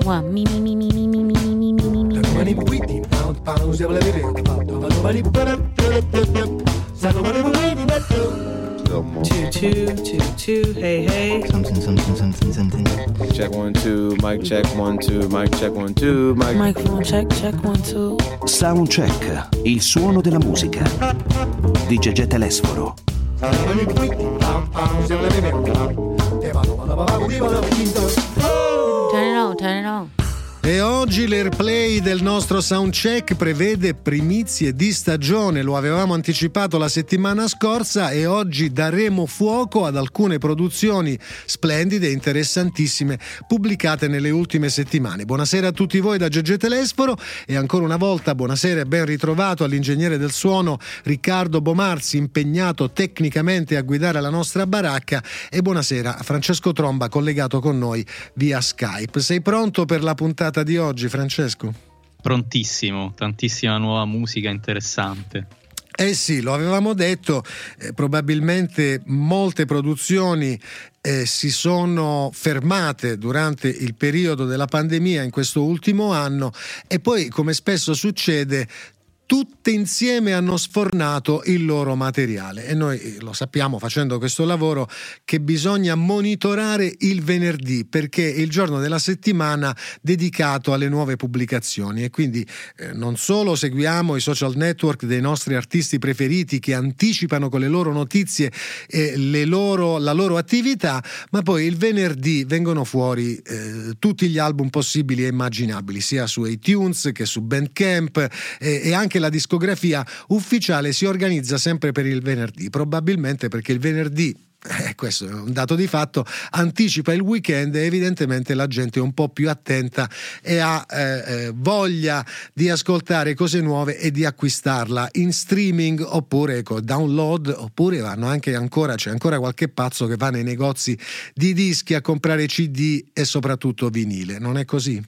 one. Me, me, me, me, me, me, me, me, me, me, me. Two, hey, hey. Something. Check 1 2, mic check 1 2, mic check 1 2, mic. Microphone check 1 2. Soundcheck, il suono della musica di Gegè Telesforo. Turn it on. E oggi l'Airplay del nostro Soundcheck prevede primizie di stagione, lo avevamo anticipato la settimana scorsa e oggi daremo fuoco ad alcune produzioni splendide e interessantissime pubblicate nelle ultime settimane. Buonasera a tutti voi da Gegè Telesforo e ancora una volta buonasera e ben ritrovato all'ingegnere del suono Riccardo Bomarzi, impegnato tecnicamente a guidare la nostra baracca, e buonasera a Francesco Tromba, collegato con noi via Skype. Sei pronto per la puntata di oggi, Francesco? Prontissimo, tantissima nuova musica interessante. Eh sì, lo avevamo detto, probabilmente molte produzioni si sono fermate durante il periodo della pandemia in questo ultimo anno e poi, come spesso succede, tutte insieme hanno sfornato il loro materiale e noi lo sappiamo facendo questo lavoro che bisogna monitorare il venerdì perché è il giorno della settimana dedicato alle nuove pubblicazioni e quindi non solo seguiamo i social network dei nostri artisti preferiti che anticipano con le loro notizie la loro attività, ma poi il venerdì vengono fuori tutti gli album possibili e immaginabili sia su iTunes che su Bandcamp e anche la discografia ufficiale si organizza sempre per il venerdì, probabilmente perché il venerdì, questo è un dato di fatto, anticipa il weekend e evidentemente la gente è un po' più attenta e ha voglia di ascoltare cose nuove e di acquistarla in streaming oppure download, oppure c'è ancora qualche pazzo che va nei negozi di dischi a comprare CD e soprattutto vinile, non è così?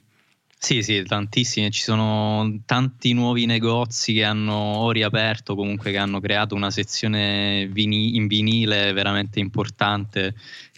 Sì, tantissime, ci sono tanti nuovi negozi che hanno riaperto, comunque che hanno creato una sezione in vinile veramente importante,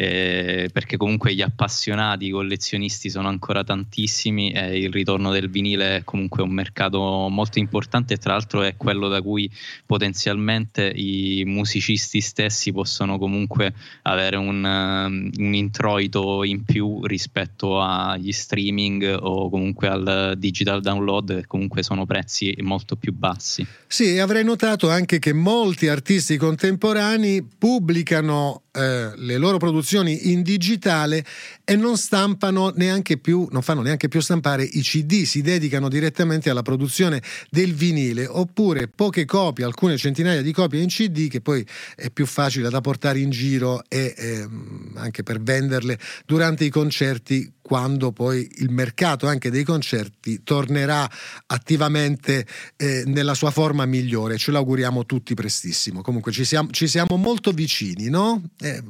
perché comunque gli appassionati, i collezionisti sono ancora tantissimi e il ritorno del vinile è comunque un mercato molto importante e tra l'altro è quello da cui potenzialmente i musicisti stessi possono comunque avere un introito in più rispetto agli streaming o comunque al digital download, che comunque sono prezzi molto più bassi. Sì, avrei notato anche che molti artisti contemporanei pubblicano le loro produzioni in digitale e non fanno neanche più stampare i CD, si dedicano direttamente alla produzione del vinile, oppure poche copie, alcune centinaia di copie in CD che poi è più facile da portare in giro e anche per venderle durante i concerti, quando poi il mercato anche dei concerti tornerà attivamente nella sua forma migliore. Ce l'auguriamo tutti prestissimo. Comunque ci siamo molto vicini, no?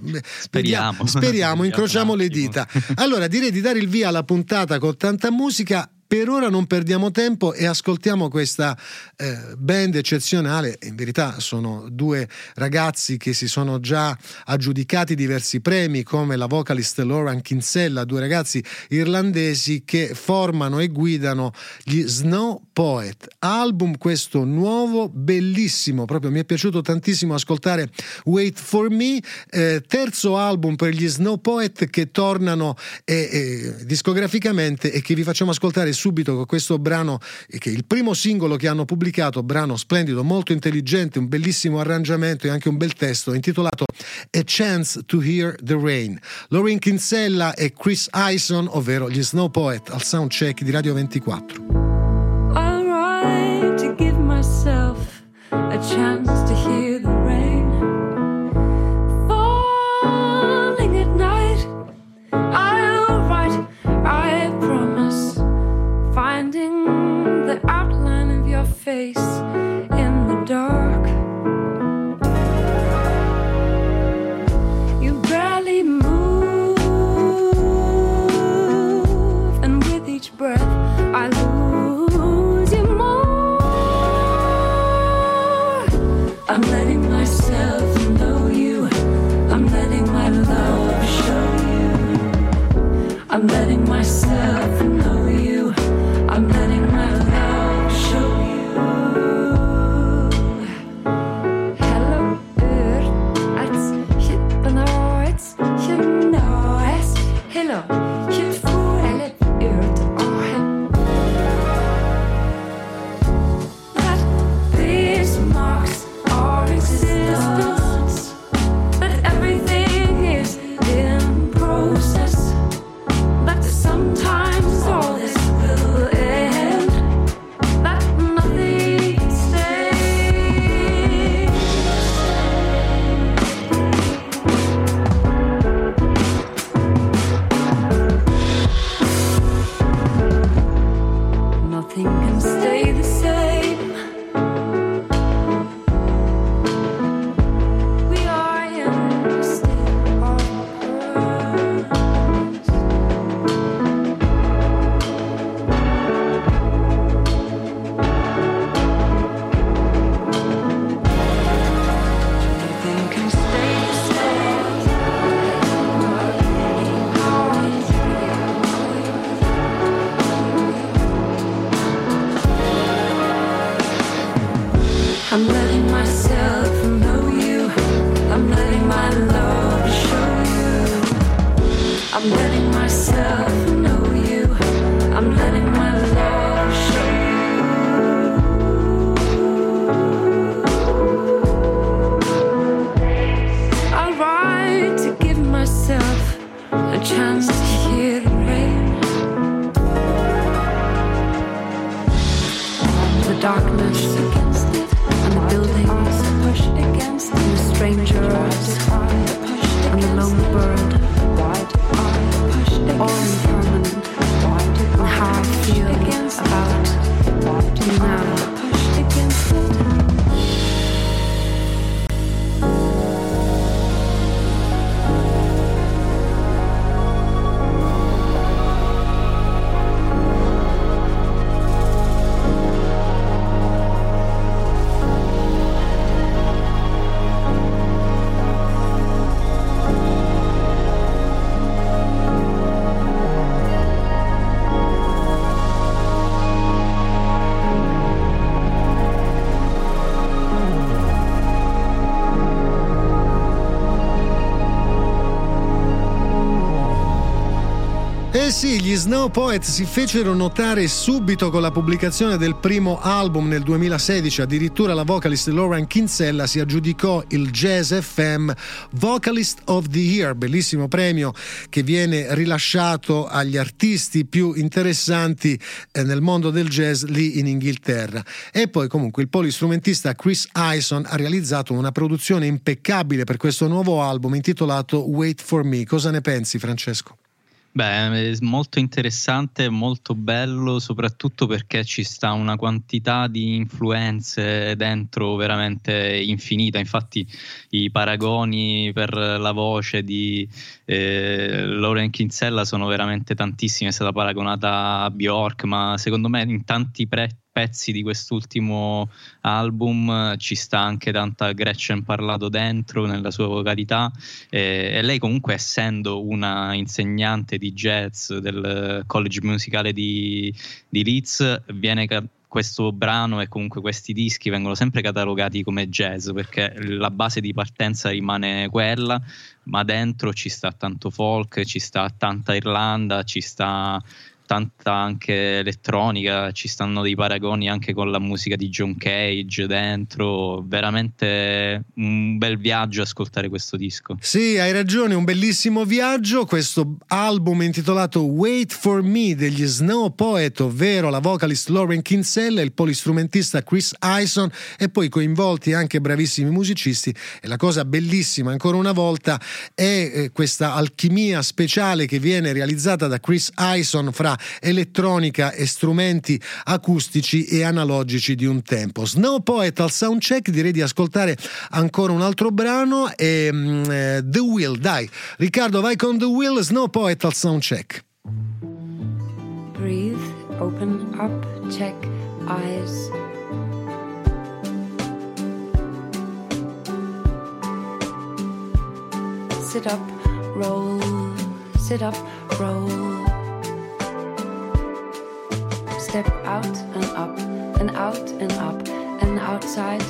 Speriamo, incrociamo le dita. Allora direi di dare il via alla puntata con tanta musica. Per ora non perdiamo tempo e ascoltiamo questa band eccezionale. In verità sono due ragazzi che si sono già aggiudicati diversi premi, come la vocalist Lauren Kinsella, due ragazzi irlandesi che formano e guidano gli Snow Poet. Album questo nuovo, bellissimo, proprio mi è piaciuto tantissimo ascoltare Wait For Me, terzo album per gli Snow Poet che tornano discograficamente e che vi facciamo ascoltare subito con questo brano che è il primo singolo che hanno pubblicato, brano splendido, molto intelligente, un bellissimo arrangiamento e anche un bel testo intitolato A Chance to Hear the Rain. Lauren Kinsella e Chris Ison, ovvero gli Snow Poet, al Soundcheck di Radio 24. I'll write to give myself a chance to hear the rain falling at night. I'll write, I promise, finding the outline of your face in the dark. You barely move, and with each breath I lose you more. I'm letting myself know you. I'm letting my love show you. Hello, it's hypnoids, hypnoids. Hello, you fool, eller that these marks are existence, but everything is in process. But sometimes all this will end, but nothing stays. Nothing can stay the same. We are in a state of purpose. Nothing can stay the same. I'm letting myself know you. I'm letting my love show you. I'm letting myself know you. I'm letting my love show you. I'll ride to give myself a chance to hear the rain. The darkness against it, and the buildings pushed against, and the strangers, and the lone bird, all impermanent, and how I feel about you now. Pushed against it. Eh sì, gli Snow Poets si fecero notare subito con la pubblicazione del primo album nel 2016, addirittura la vocalist Lauren Kinsella si aggiudicò il Jazz FM Vocalist of the Year, bellissimo premio che viene rilasciato agli artisti più interessanti nel mondo del jazz lì in Inghilterra. E poi comunque il polistrumentista Chris Ison ha realizzato una produzione impeccabile per questo nuovo album intitolato Wait for Me. Cosa ne pensi, Francesco? Beh, è molto interessante, molto bello, soprattutto perché ci sta una quantità di influenze dentro veramente infinita. Infatti i paragoni per la voce di Lauren Kinsella sono veramente tantissimi. È stata paragonata a Bjork, ma secondo me in tanti pezzi di quest'ultimo album ci sta anche tanta Gretchen Parlato dentro nella sua vocalità, e lei comunque, essendo una insegnante di jazz del college musicale di Leeds, questo brano e comunque questi dischi vengono sempre catalogati come jazz perché la base di partenza rimane quella, ma dentro ci sta tanto folk, ci sta tanta Irlanda, ci sta tanta anche elettronica, ci stanno dei paragoni anche con la musica di John Cage dentro. Veramente un bel viaggio ascoltare questo disco. Sì, hai ragione, un bellissimo viaggio. Questo album intitolato Wait for Me degli Snow Poet, ovvero la vocalist Lauren Kinsella e il polistrumentista Chris Ison, e poi coinvolti anche bravissimi musicisti. E la cosa bellissima ancora una volta è questa alchimia speciale che viene realizzata da Chris Ison fra elettronica e strumenti acustici e analogici di un tempo. Snow Poet al soundcheck, direi di ascoltare ancora un altro brano e The Wheel, dai Riccardo, vai con The Wheel, Snow Poet al soundcheck. Breathe, open up, check eyes. Sit up, roll, roll. step out and up and out and up and outside.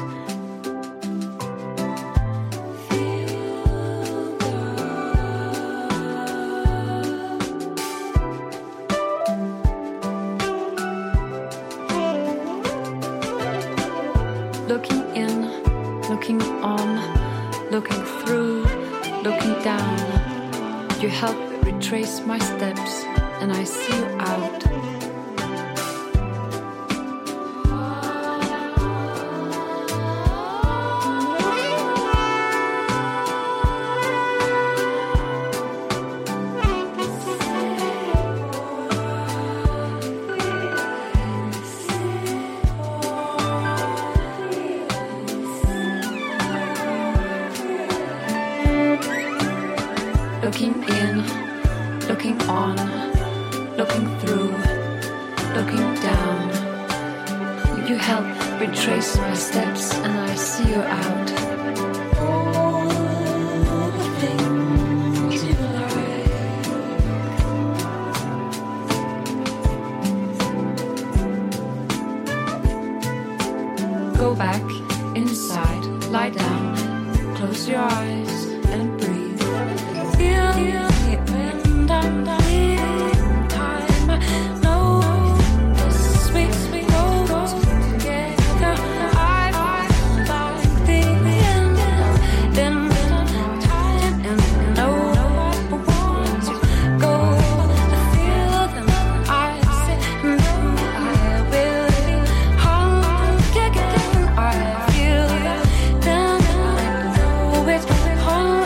Looking in, looking on, looking through, looking down. You help retrace my steps and I see you out. Looking in, looking on, looking through, looking down. You help retrace my steps and I see you out. All the things you like. Go back inside, lie down, close your eyes and breathe. Feel the wind and the time. Know the sweet goes together. I like the end of time, and no one wants to go. I feel them. I say no. I will be home again. I feel them. I know it's home.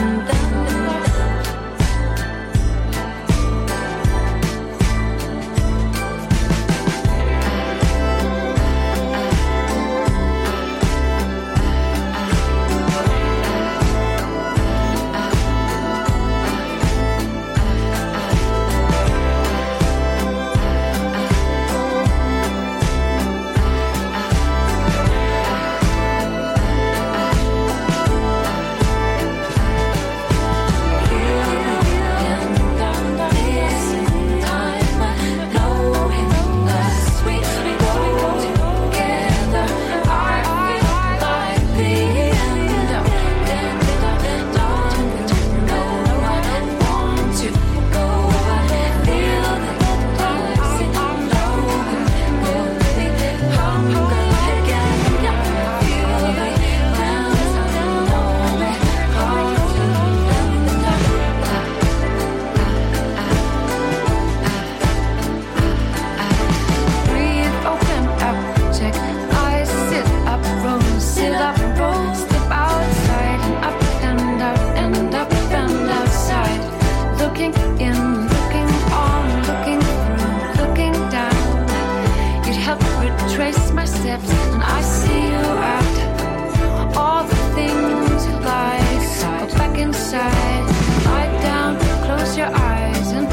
Trace my steps and I see you out. All the things you like. Go back inside, lie down, close your eyes and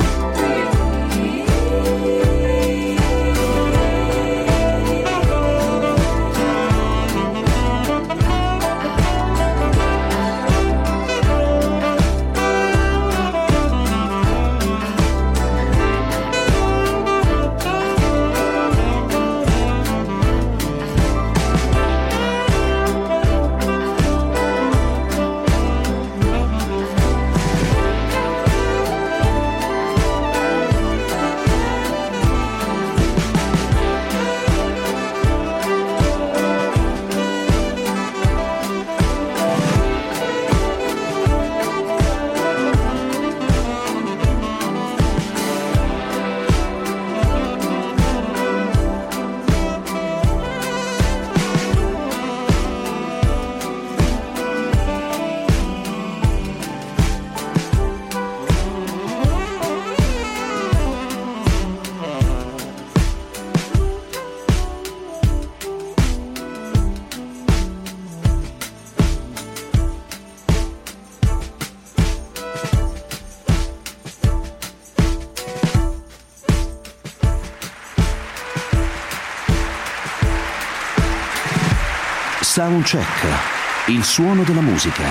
Soundcheck, il suono della musica.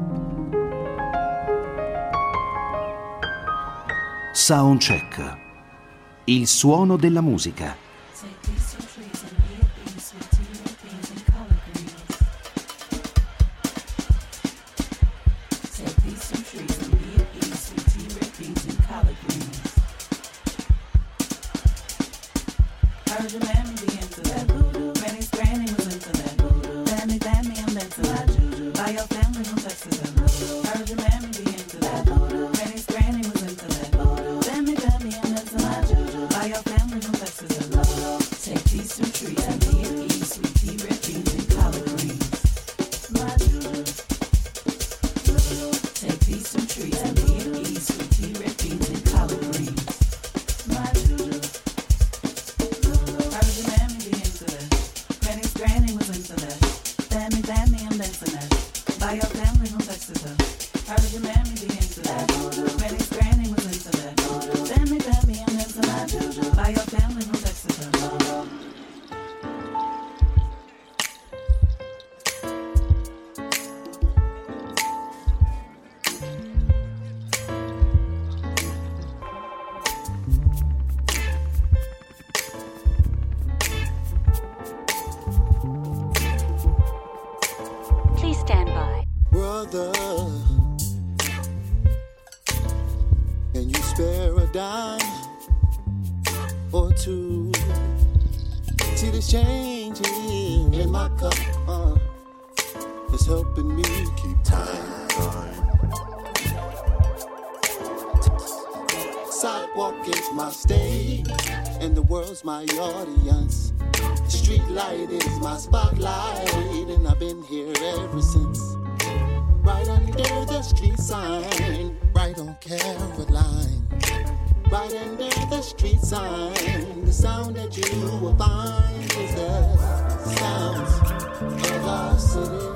Soundcheck, Il suono della musica. My audience, the street light is my spotlight, and I've been here ever since. Right under the street sign, right on Caroline. Right under the street sign, the sound that you will find is the sounds of our city.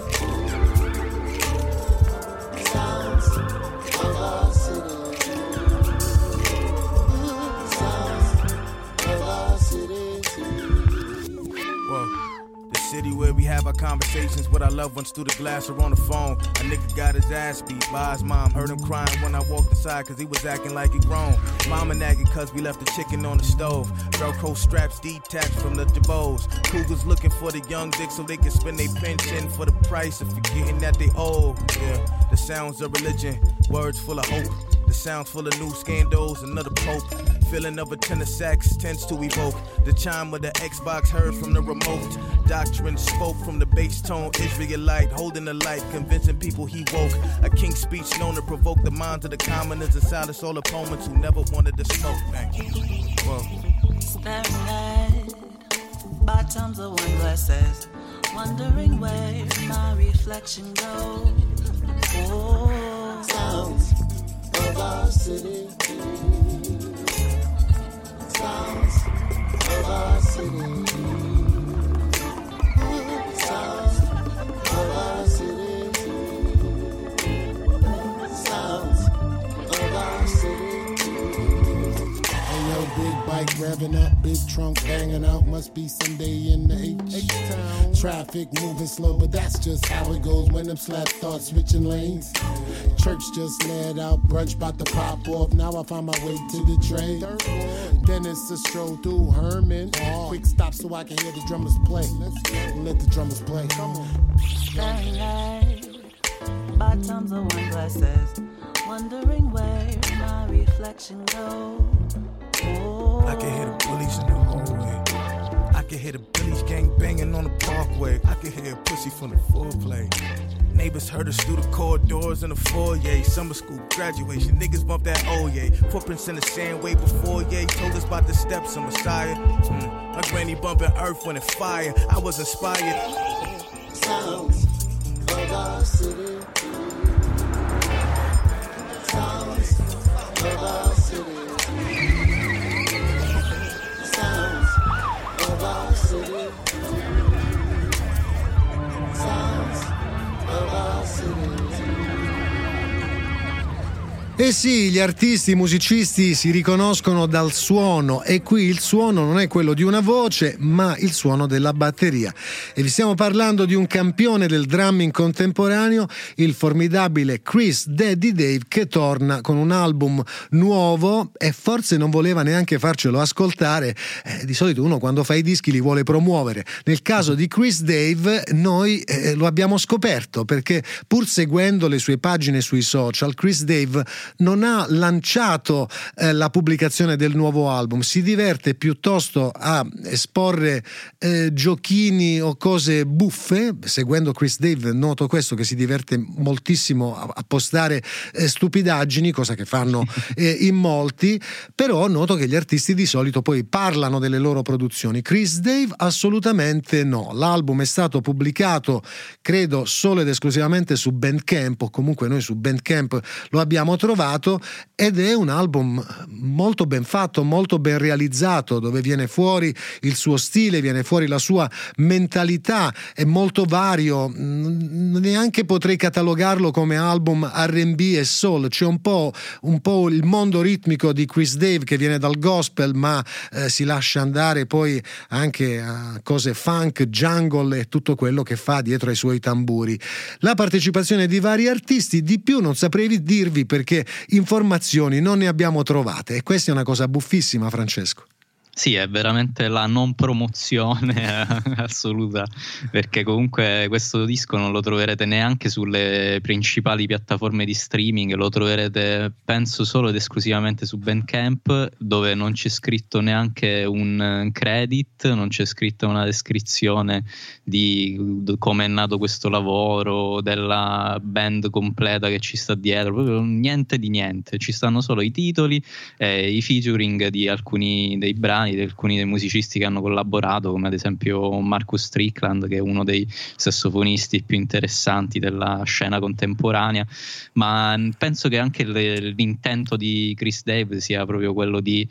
Sounds of our city. City where we have our conversations with our loved ones through the glass or on the phone. A nigga got his ass beat by his mom. Heard him crying when I walked inside cause he was acting like he grown. Mama nagging cause we left the chicken on the stove. Velcro straps detached from the DeVos. Cougars looking for the young dick so they can spend their pension for the price of forgetting that they owe. Yeah, the sounds of religion, words full of hope. The sounds full of new scandals, another pope. Feeling of a tenor sax tends to evoke the chime of the Xbox heard from the remote. Doctrine spoke from the bass tone, Israelite, holding the light, convincing people he woke. A king's speech known to provoke the minds of the commoners and silence all opponents who never wanted to smoke. Thank you. Whoa. Staring at bottoms of wine glasses, wondering where my reflection goes. Oh, sounds of our city. Sounds of our city. Sounds of our city. Sounds of our city. Hey yo, big bike revving up, big trunk banging out. Must be Sunday in the H-Town. Traffic moving slow, but that's just how it goes when them slap start switching lanes. Church just let out, brunch bout to pop off. Now I find my way to the train. Then it's a stroll through Herman. Quick stop so I can hear the drummers play. Let the drummers play. Come on. Staring at bottoms of wine glasses, wondering where my reflection goes. Oh. I can hear the bullies in the hallway. I can hear the Billies gang banging on the parkway. I can hear pussy from the foreplay. Neighbors heard us through the corridors in the foyer. Summer school graduation, niggas bump that oh yeah. Footprints in the sand way before yeah. Told us about the steps of Messiah. My granny bumping earth when it fire. I was inspired. Sounds of our city. Sounds of our city. Sounds of our city. Sounds of our city. Eh sì, gli artisti, i musicisti si riconoscono dal suono, e qui il suono non è quello di una voce, ma il suono della batteria. E vi stiamo parlando di un campione del drumming contemporaneo, il formidabile Chris Daddy Dave, che torna con un album nuovo e forse non voleva neanche farcelo ascoltare. Di solito uno quando fa i dischi li vuole promuovere. Nel caso di Chris Dave noi lo abbiamo scoperto, perché pur seguendo le sue pagine sui social, Chris Dave non ha lanciato la pubblicazione del nuovo album, si diverte piuttosto a esporre giochini o cose buffe. Seguendo Chris Dave noto questo, che si diverte moltissimo a postare stupidaggini, cosa che fanno in molti, però noto che gli artisti di solito poi parlano delle loro produzioni. Chris Dave assolutamente no. L'album è stato pubblicato credo solo ed esclusivamente su Bandcamp, o comunque noi su Bandcamp lo abbiamo trovato, ed è un album molto ben fatto, molto ben realizzato, dove viene fuori il suo stile, viene fuori la sua mentalità, è molto vario, neanche potrei catalogarlo come album R&B e soul. C'è un po' il mondo ritmico di Chris Dave che viene dal gospel, ma si lascia andare poi anche a cose funk, jungle e tutto quello che fa dietro ai suoi tamburi. La partecipazione di vari artisti, di più non saprei dirvi, perché informazioni non ne abbiamo trovate, e questa è una cosa buffissima, Francesco. Sì, è veramente la non promozione assoluta, perché comunque questo disco non lo troverete neanche sulle principali piattaforme di streaming, lo troverete penso solo ed esclusivamente su Bandcamp, dove non c'è scritto neanche un credit, non c'è scritta una descrizione di come è nato questo lavoro, della band completa che ci sta dietro, proprio niente di niente, ci stanno solo i titoli e i featuring di alcuni dei brani, di alcuni dei musicisti che hanno collaborato, come ad esempio Marcus Strickland, che è uno dei sassofonisti più interessanti della scena contemporanea. Ma penso che anche l'intento di Chris Dave sia proprio quello di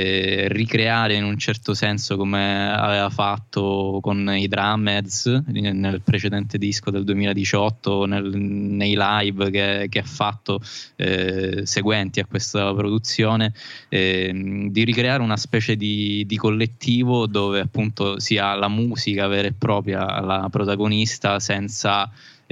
ricreare in un certo senso, come aveva fatto con i Drumheads nel precedente disco del 2018, nei live che ha fatto seguenti a questa produzione, di ricreare una specie di collettivo dove appunto sia la musica vera e propria la protagonista, senza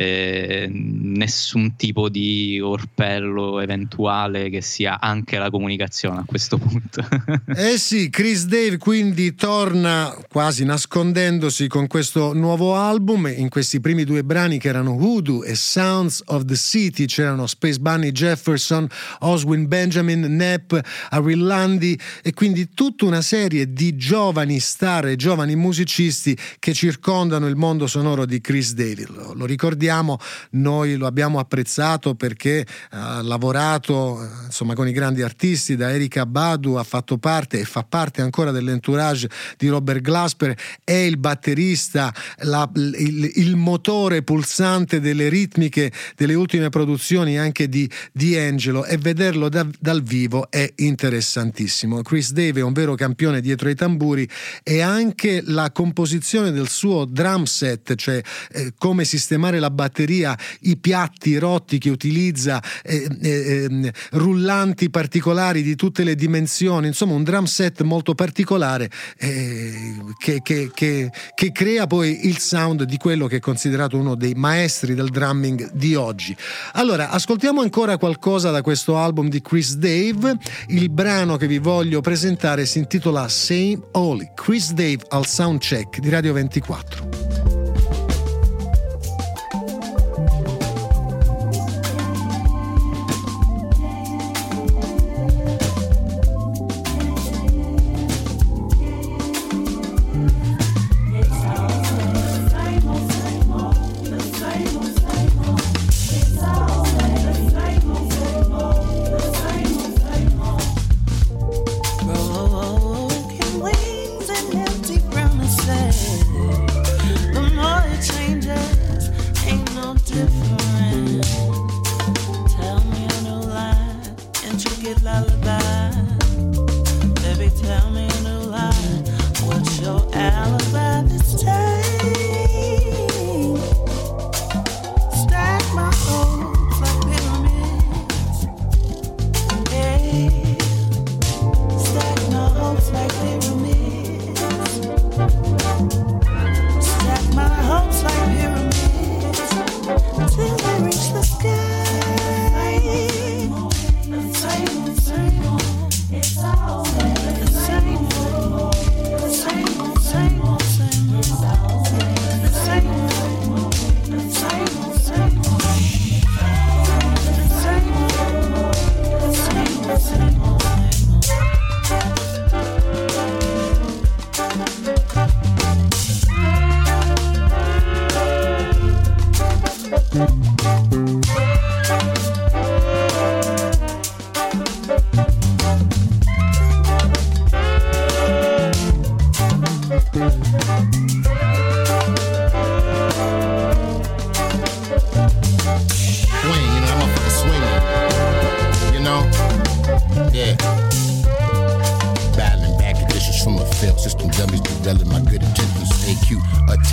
nessun tipo di orpello eventuale che sia anche la comunicazione a questo punto. Sì, Chris Dave quindi torna quasi nascondendosi con questo nuovo album. In questi primi due brani, che erano Hoodoo e Sounds of the City, c'erano Space Bunny Jefferson, Oswin Benjamin, Nep, Avril Landy, e quindi tutta una serie di giovani star e giovani musicisti che circondano il mondo sonoro di Chris Dave. Lo ricordiamo, noi lo abbiamo apprezzato perché ha lavorato insomma con i grandi artisti, da Erykah Badu, ha fatto parte e fa parte ancora dell'entourage di Robert Glasper, è il batterista, il motore pulsante delle ritmiche delle ultime produzioni anche di D'Angelo, e vederlo dal vivo è interessantissimo. Chris Dave è un vero campione dietro ai tamburi, e anche la composizione del suo drum set, cioè come sistemare la batteria, i piatti rotti che utilizza, rullanti particolari di tutte le dimensioni, insomma un drum set molto particolare che crea poi il sound di quello che è considerato uno dei maestri del drumming di oggi. Allora, ascoltiamo ancora qualcosa da questo album di Chris Dave. Il brano che vi voglio presentare si intitola Same Old. Chris Dave al Soundcheck di Radio 24.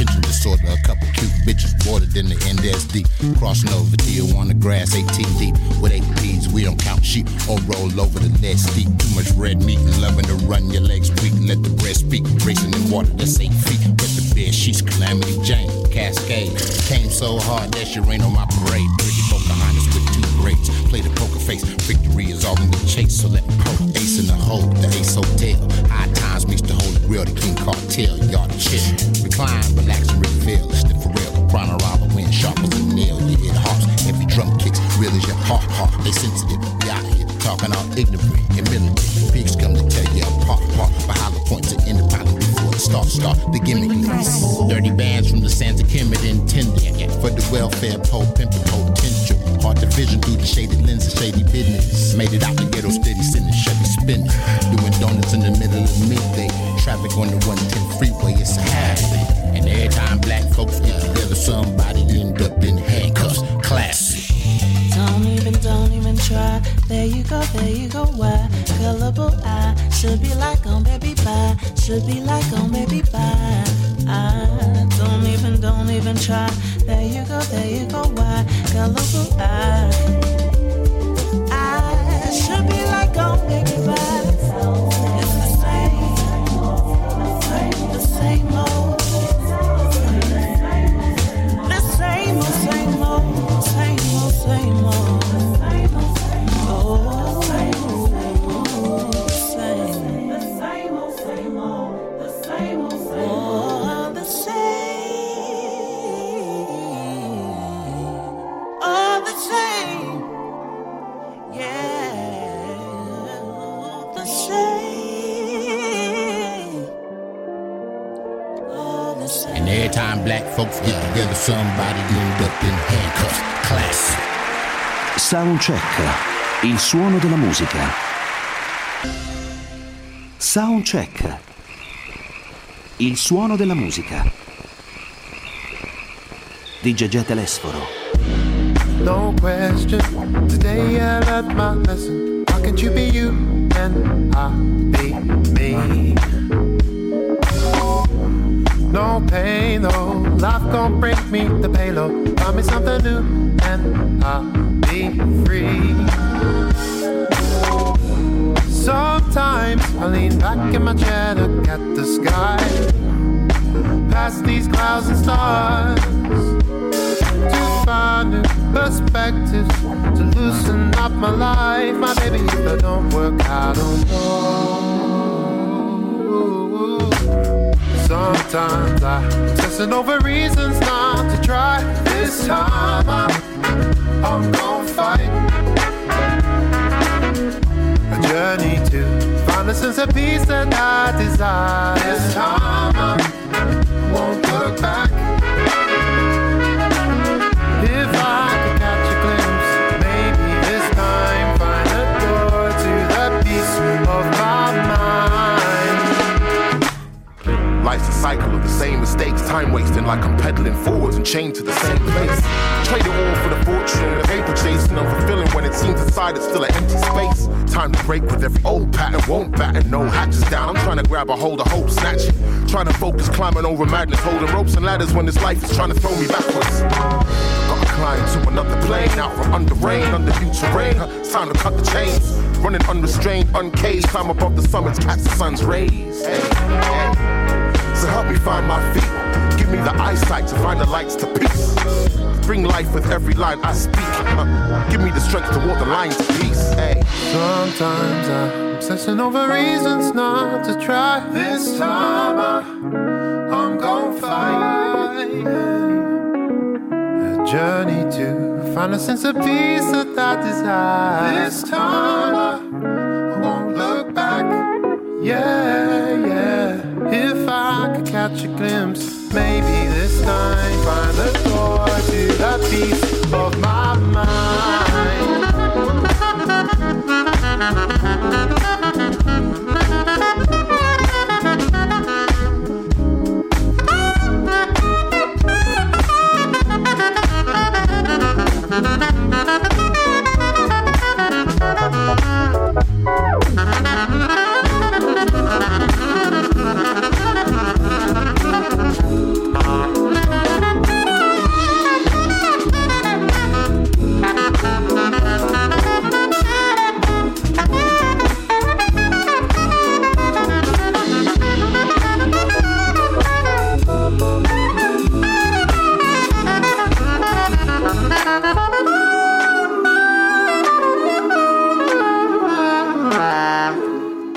attention disorder. A couple cute bitches watered in the NSD. Crossing over deal on the grass 18 deep. With 8 P's, we don't count sheep or roll over the lead steep. Too much red meat and loving to run your legs weak. Let the breast speak. Racing in water that's 8 feet. Wet the bed sheets, Calamity Jane, Cascade. Came so hard that she rain on my parade. Pretty Pocahontas with 2 braids. Play the poker face. Victory is all in the chase, so let me pro. Ace in the hole, the Ace Hotel. High times meets the Holy Grail, the King Cartel. Y'all to chill. Recline, relax, and reveal. Stiff for real. Panorama, wind sharp as a nail. You hit harps, heavy drum kicks. Real as your heart. They sensitive. We out here talking all ignorant and militant. Pigs come to tell you apart. But hollow points are in the pilot before it starts. The gimmick. Dirty bands from the Santa Kemet intended for the welfare pole, pimpin' potential. Hard to vision through the shaded lens of shady business. Made it out the ghetto, steady sending Chevy spinning. Doing donuts in the middle of midday. Traffic on the 110 freeway, it's a habit. And every time black folks get together, somebody end up in handcuffs. Classic. Don't even try. There you go, why? Gullible eye. Should be like on baby bye. Should be like on baby bye. Don't even try. There you go, why? Gullible eye. I should be like on baby bye. It's the same old. The same old. And every time black folks get together, somebody end up in handcuffs. Classic. Soundcheck, il suono della musica. Soundcheck, il suono della musica. DJ Telesforo. No question, today I learned my lesson. How can you be you and I be me? No pain though, life gon' bring me the payload. Find me something new and I'll be free. Sometimes I lean back in my chair, look at the sky, past these clouds and stars, to find new perspectives, to loosen up my life. My baby, if I don't work, I don't know. Sometimes I'm obsessing over reasons not to try. This time I'm gonna fight. A journey to find a sense of peace that I desire. This time I won't look back. If I could catch a glimpse, maybe this time find a door to the peace of my mind. Life's a cycle of the same mistakes, time wasting like I'm pedaling forwards and chained to the same place. Trade it all for the fortune, the paper chasing, unfulfilling when it seems inside it's still an empty space. Time to break with every old pattern, won't batten, no hatches down. I'm trying to grab a hold of hope, snatch it. Trying to focus, climbing over madness, holding ropes and ladders when this life is trying to throw me backwards. Gotta climb to another plane, out from under rain, under new terrain. It's time to cut the chains, running unrestrained, uncaged. Climb above the summits, catch the sun's rays. Hey, hey. So help me find my feet. Give me the eyesight to find the lights to peace. Bring life with every line I speak. Give me the strength to walk the line to peace. Hey. Sometimes I'm obsessing over reasons not to try. This time I'm gonna fight. A journey to find a sense of peace that I desire. This time I won't look back. Yeah, yeah. If I could catch a glimpse, maybe this time find the door to the peace of my mind.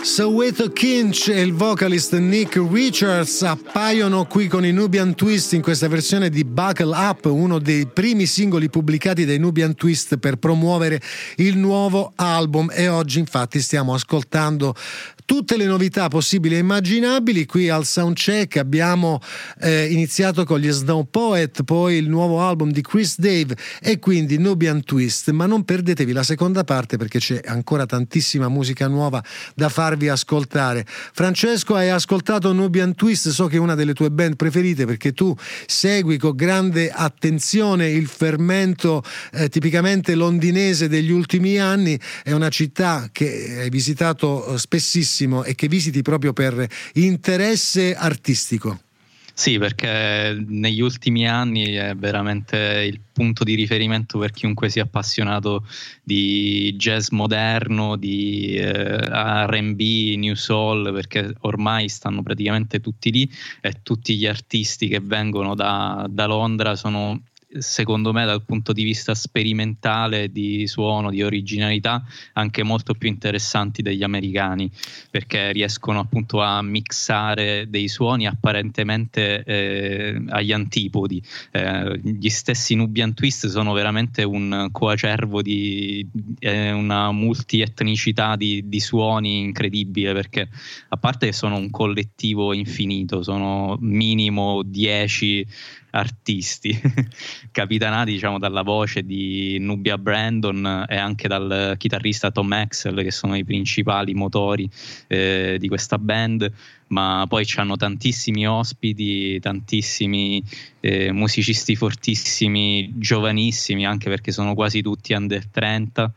Soweto Kinch e il vocalist Nick Richards appaiono qui con i Nubian Twist in questa versione di Buckle Up, uno dei primi singoli pubblicati dai Nubian Twist per promuovere il nuovo album, e oggi infatti stiamo ascoltando tutte le novità possibili e immaginabili. Qui al Soundcheck abbiamo iniziato con gli Snow Poet, poi il nuovo album di Chris Dave e quindi Nubian Twist, ma non perdetevi la seconda parte perché c'è ancora tantissima musica nuova da farvi ascoltare. Francesco, hai ascoltato Nubian Twist, so che è una delle tue band preferite perché tu segui con grande attenzione il fermento tipicamente londinese degli ultimi anni. È una città che hai visitato spessissimo e che visiti proprio per interesse artistico. Sì, perché negli ultimi anni è veramente il punto di riferimento per chiunque sia appassionato di jazz moderno, di R&B, New Soul, perché ormai stanno praticamente tutti lì e tutti gli artisti che vengono da Londra sono, secondo me, dal punto di vista sperimentale, di suono, di originalità, anche molto più interessanti degli americani, perché riescono appunto a mixare dei suoni apparentemente agli antipodi. Gli stessi Nubian Twist sono veramente un coacervo di una multietnicità di suoni incredibile, perché a parte che sono un collettivo infinito, sono minimo 10 artisti capitanati, diciamo, dalla voce di Nubia Brandon e anche dal chitarrista Tom Axel, che sono i principali motori di questa band, ma poi c'hanno tantissimi ospiti, tantissimi musicisti fortissimi, giovanissimi, anche perché sono quasi tutti under 30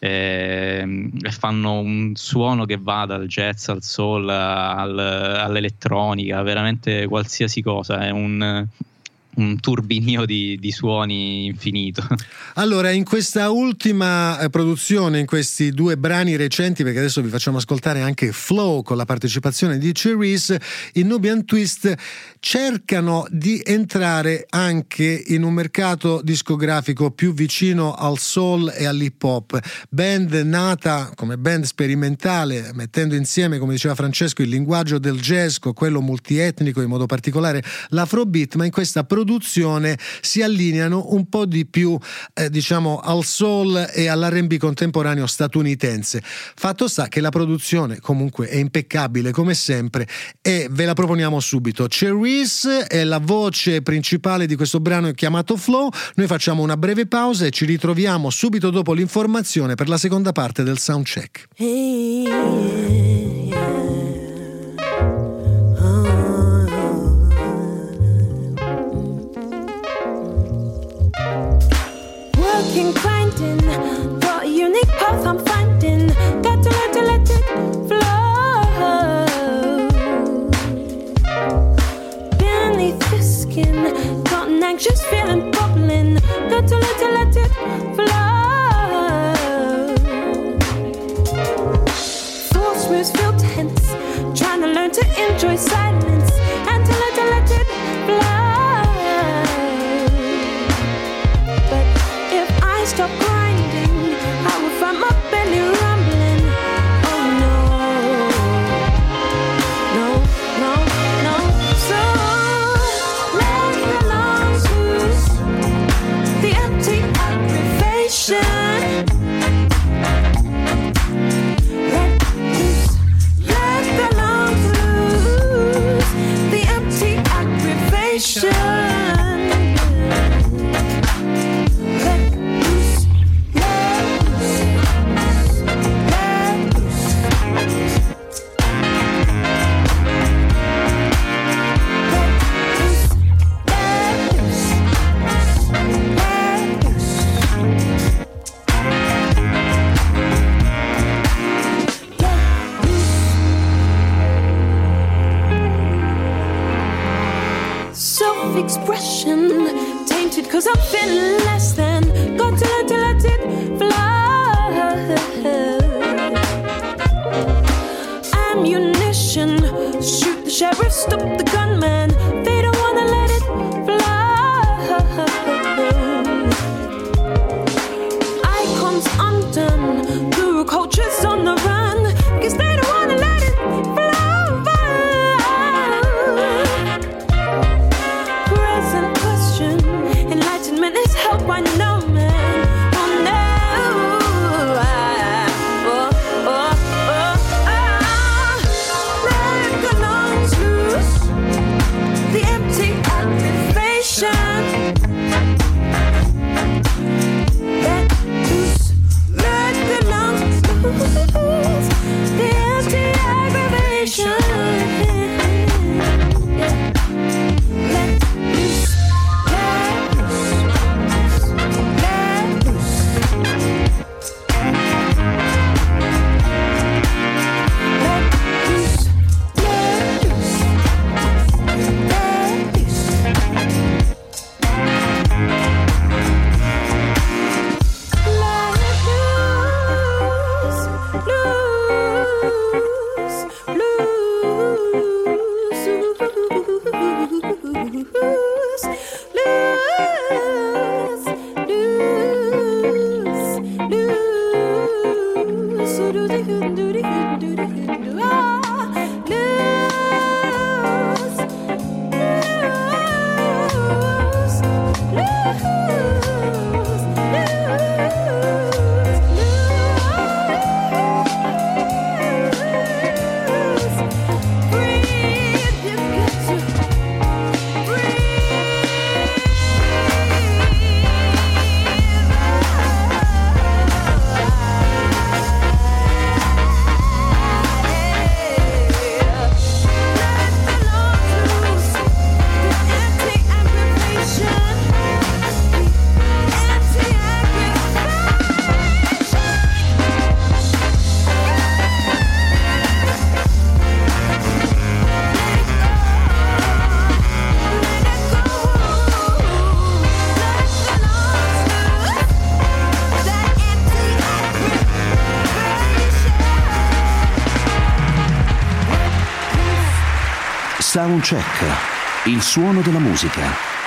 e fanno un suono che va dal jazz al soul all'elettronica, veramente qualsiasi cosa. È un turbinio di suoni infinito. Allora, in questa ultima produzione, in questi due brani recenti, perché adesso vi facciamo ascoltare anche Flow con la partecipazione di Cherise, i Nubian Twist cercano di entrare anche in un mercato discografico più vicino al soul e all'hip hop. Band nata come band sperimentale, mettendo insieme, come diceva Francesco, il linguaggio del jazz con quello multietnico, in modo particolare l'afrobeat, ma in questa produzione si allineano un po' di più diciamo al soul e all'R&B contemporaneo statunitense. Fatto sta che la produzione comunque è impeccabile come sempre e ve la proponiamo subito. Cherise è la voce principale di questo brano chiamato Flow. Noi facciamo una breve pausa e ci ritroviamo subito dopo l'informazione per la seconda parte del Soundcheck. Grinding, got a unique path I'm finding. Got to let it flow beneath your skin. Got an anxious feeling bubbling. Got to let it flow. Thoughts moves feel tense. Trying to learn to enjoy silence and to let it flow. Stop grinding, I will find my belly rumbling. Oh no, so let the lungs loose, the empty aggravation. Let the lungs loose, the empty aggravation. Expression tainted cause I'm feeling less than. Got to let it fly. Ammunition, shoot the sheriff, stop the gunman. They don't wanna let it fly. Icons undone, guru culture's on the run, cause they don't wanna let it Soundcheck, il suono della musica.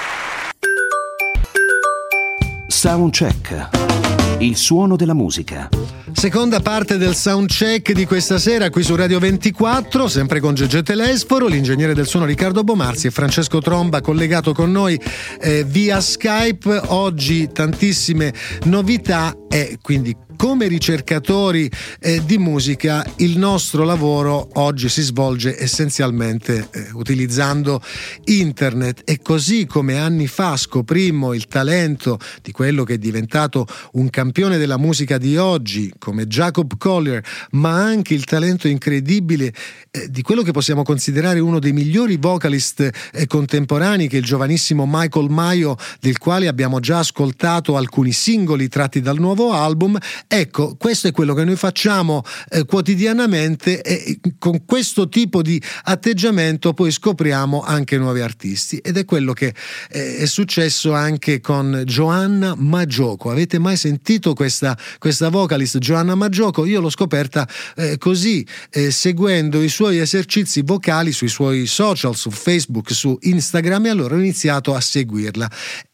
Soundcheck, il suono della musica. Seconda parte del soundcheck di questa sera qui su Radio 24, sempre con Gegè Telesforo, l'ingegnere del suono Riccardo Bomarzi e Francesco Tromba collegato con noi via Skype. Oggi tantissime novità e quindi come ricercatori di musica il nostro lavoro oggi si svolge essenzialmente utilizzando internet, e così come anni fa scoprimmo il talento di quello che è diventato un campione della musica di oggi come Jacob Collier, ma anche il talento incredibile di quello che possiamo considerare uno dei migliori vocalist contemporanei, che è il giovanissimo Michael Maio, del quale abbiamo già ascoltato alcuni singoli tratti dal nuovo album. Ecco, questo è quello che noi facciamo quotidianamente, e con questo tipo di atteggiamento poi scopriamo anche nuovi artisti, ed è quello che è successo anche con Joanna Majoko. Avete mai sentito questa vocalist Joanna Majoko? Io l'ho scoperta così, seguendo i suoi esercizi vocali sui suoi social, su Facebook, su Instagram, e allora ho iniziato a seguirla,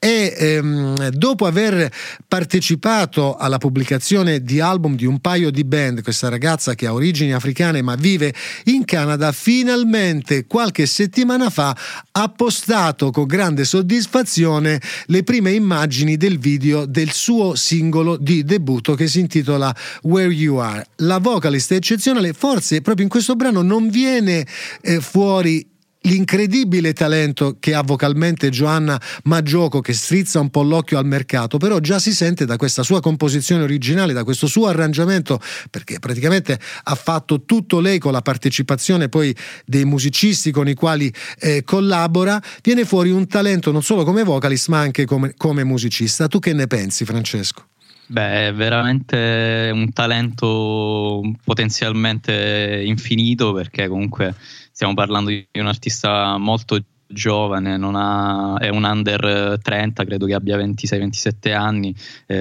e dopo aver partecipato alla pubblicazione di album di un paio di band, questa ragazza che ha origini africane ma vive in Canada, finalmente qualche settimana fa ha postato con grande soddisfazione le prime immagini del video del suo singolo di debutto che si intitola Where You Are. La vocalist è eccezionale, forse proprio in questo brano non viene fuori l'incredibile talento che ha vocalmente Joanna Majoko, che strizza un po' l'occhio al mercato, però già si sente da questa sua composizione originale, da questo suo arrangiamento, perché praticamente ha fatto tutto lei con la partecipazione poi dei musicisti con i quali collabora, viene fuori un talento non solo come vocalist ma anche come musicista. Tu che ne pensi, Francesco? Beh, è veramente un talento potenzialmente infinito, perché comunque stiamo parlando di un artista molto giovane, è un under 30, credo che abbia 26-27 anni,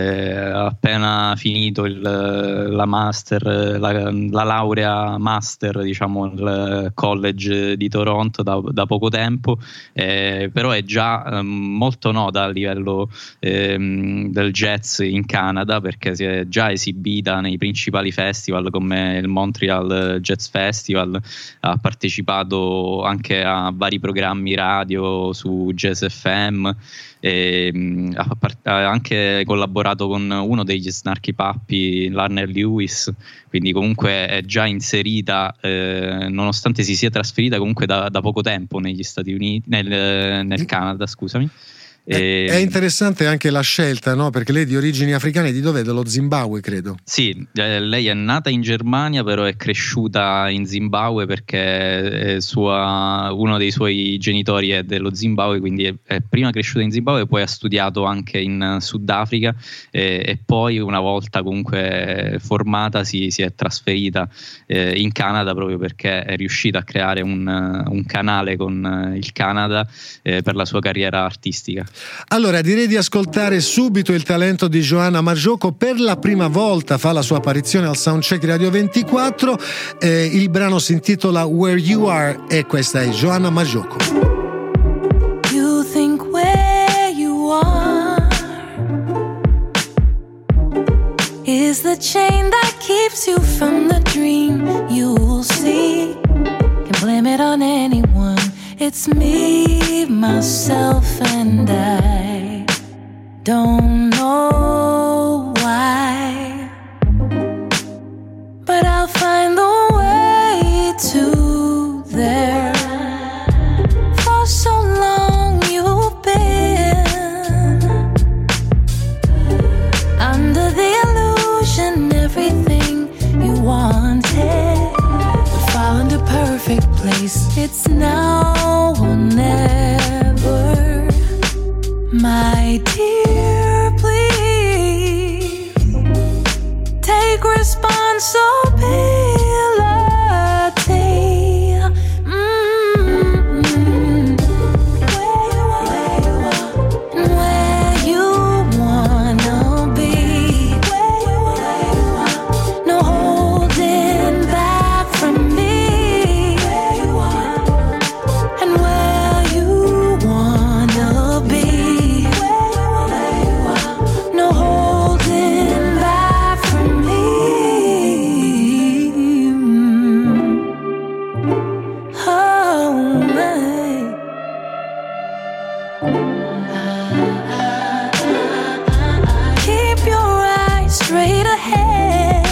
ha appena finito la master, la laurea master, diciamo, al college di Toronto da poco tempo, però è già molto nota a livello del jazz in Canada, perché si è già esibita nei principali festival come il Montreal Jazz Festival, ha partecipato anche a vari programmi radio su Jazz FM, ha anche collaborato con uno degli Snarky Puppy, Larner Lewis, quindi comunque è già inserita, nonostante si sia trasferita comunque da poco tempo negli Stati Uniti, nel Canada, scusami. È interessante anche la scelta, no? Perché lei è di origini africane, di dov'è? Dello Zimbabwe, credo. Sì, lei è nata in Germania, però è cresciuta in Zimbabwe perché uno dei suoi genitori è dello Zimbabwe, quindi è prima cresciuta in Zimbabwe, poi ha studiato anche in Sudafrica, e poi una volta comunque formata si è trasferita in Canada, proprio perché è riuscita a creare un canale con il Canada per la sua carriera artistica. Allora, direi di ascoltare subito il talento di Joanna Majocco. Per la prima volta fa la sua apparizione al Soundcheck Radio 24. Il brano si intitola Where You Are e questa è Joanna Majocco. You think where you are is the chain that keeps you from the dream you'll see. Can blame it on anyone. It's me, myself, and I don't know why, but I'll find the way to there. For so long you've been under the illusion everything you wanted would fall into perfect place. It's now or never, my dear, please take responsibility. Where you wanna be, no holding back from me. And where you wanna be, no holding back from me. Oh, my. Keep your eyes straight ahead.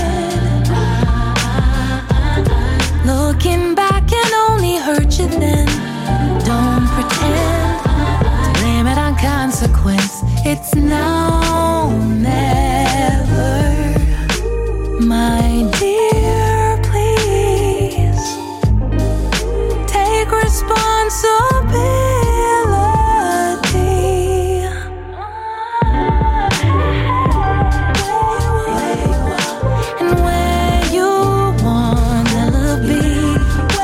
Looking back can only hurt you then. Don't pretend to blame it on consequence. It's now or never, my dear, please take responsibility. And where you wanna be,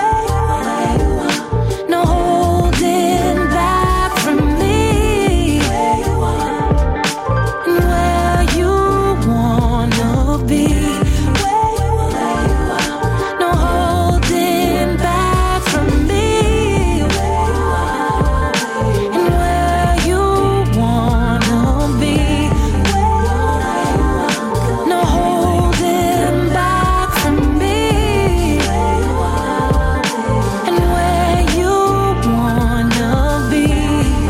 no holding back from me. And where you wanna be, no holding back from me. And where you wanna be, no holding back from me. And where you wanna be,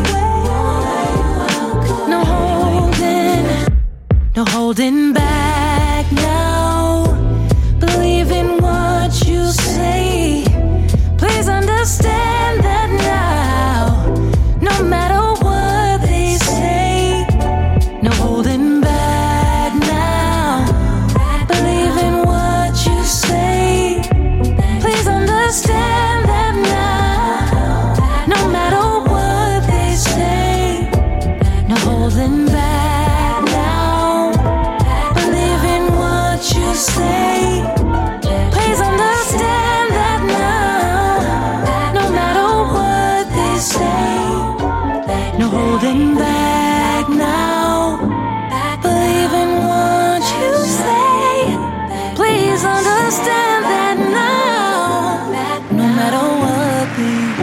no holding back now. Believe in what you say. Please understand that now. No matter what they say, no holding back now. Believe in what you say. Please understand that now. No matter what they say, no holding back now. Believe in what you say. Please understand that now. No matter what they say, no holding back now. Believe in what you say. Please understand that now. No matter what they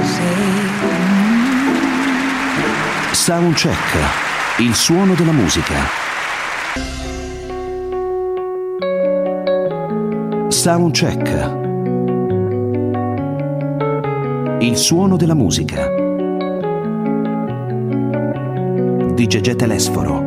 say. Soundcheck, il suono della musica. Soundcheck, il suono della musica. Di Gegè Telesforo.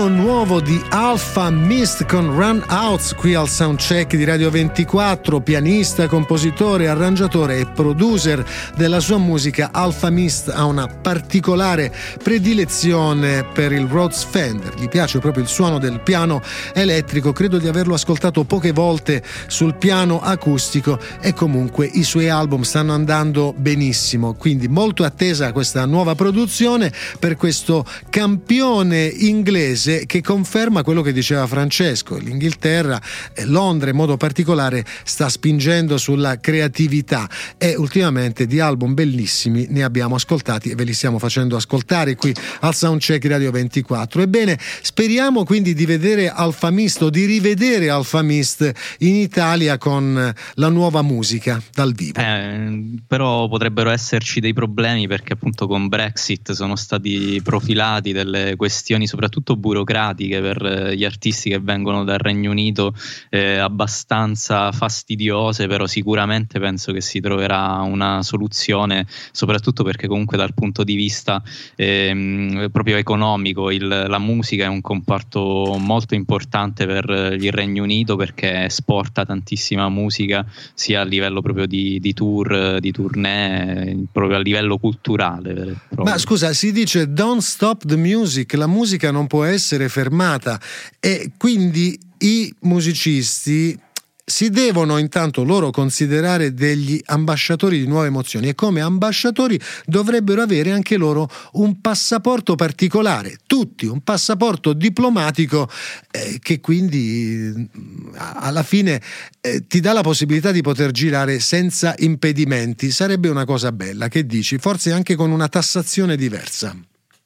brano nuovo di Alfa Mist con Run Outs qui al Soundcheck di Radio 24. Pianista, compositore, arrangiatore e producer della sua musica, Alfa Mist ha una particolare predilezione per il Rhodes Fender. Gli piace proprio il suono del piano elettrico, credo di averlo ascoltato poche volte sul piano acustico, e comunque i suoi album stanno andando benissimo, quindi molto attesa questa nuova produzione per questo campione inglese che conferma quello che diceva Francesco. L'Inghilterra, Londra in modo particolare, sta spingendo sulla creatività e ultimamente di album bellissimi ne abbiamo ascoltati e ve li stiamo facendo ascoltare qui al Soundcheck Radio 24. Ebbene, speriamo quindi di vedere Alfa Mist o di rivedere Alfa Mist in Italia con la nuova musica dal vivo. Però potrebbero esserci dei problemi perché appunto con Brexit sono stati profilati delle questioni soprattutto burocratiche per gli artisti che vengono dal Regno Unito, abbastanza fastidiose, però sicuramente penso che si troverà una soluzione, soprattutto perché comunque dal punto di vista proprio economico la musica è un comparto molto importante per il Regno Unito, perché esporta tantissima musica sia a livello proprio di tour, di tournée, proprio a livello culturale. Ma scusa, si dice don't stop the music, la musica non può essere fermata, e quindi i musicisti si devono intanto loro considerare degli ambasciatori di nuove emozioni, e come ambasciatori dovrebbero avere anche loro un passaporto particolare, tutti un passaporto diplomatico che quindi alla fine ti dà la possibilità di poter girare senza impedimenti. Sarebbe una cosa bella, che dici? Forse anche con una tassazione diversa.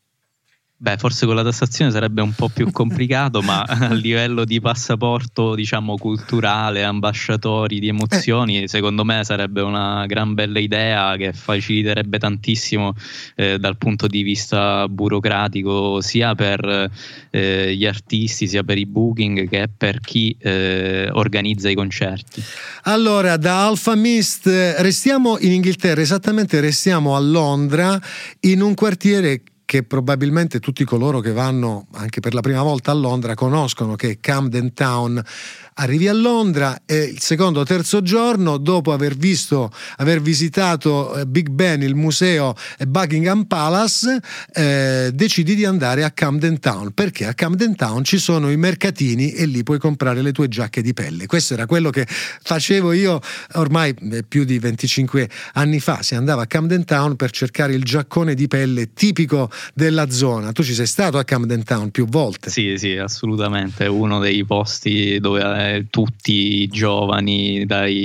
Beh, forse con la tassazione sarebbe un po' più complicato, ma a livello di passaporto, diciamo, culturale, ambasciatori di emozioni, secondo me sarebbe una gran bella idea che faciliterebbe tantissimo dal punto di vista burocratico, sia per gli artisti, sia per i booking, che per chi organizza i concerti. Allora, da Alfa Mist restiamo in Inghilterra, esattamente restiamo a Londra, in un quartiere che probabilmente tutti coloro che vanno anche per la prima volta a Londra conoscono, che è Camden Town. Arrivi a Londra e il secondo o terzo giorno, dopo aver visitato Big Ben, il museo e Buckingham Palace, decidi di andare a Camden Town, perché a Camden Town ci sono i mercatini e lì puoi comprare le tue giacche di pelle. Questo era quello che facevo io ormai più di 25 anni fa. Si andava a Camden Town per cercare il giaccone di pelle tipico della zona. Tu ci sei stato a Camden Town più volte? Sì, assolutamente, è uno dei posti dove tutti i giovani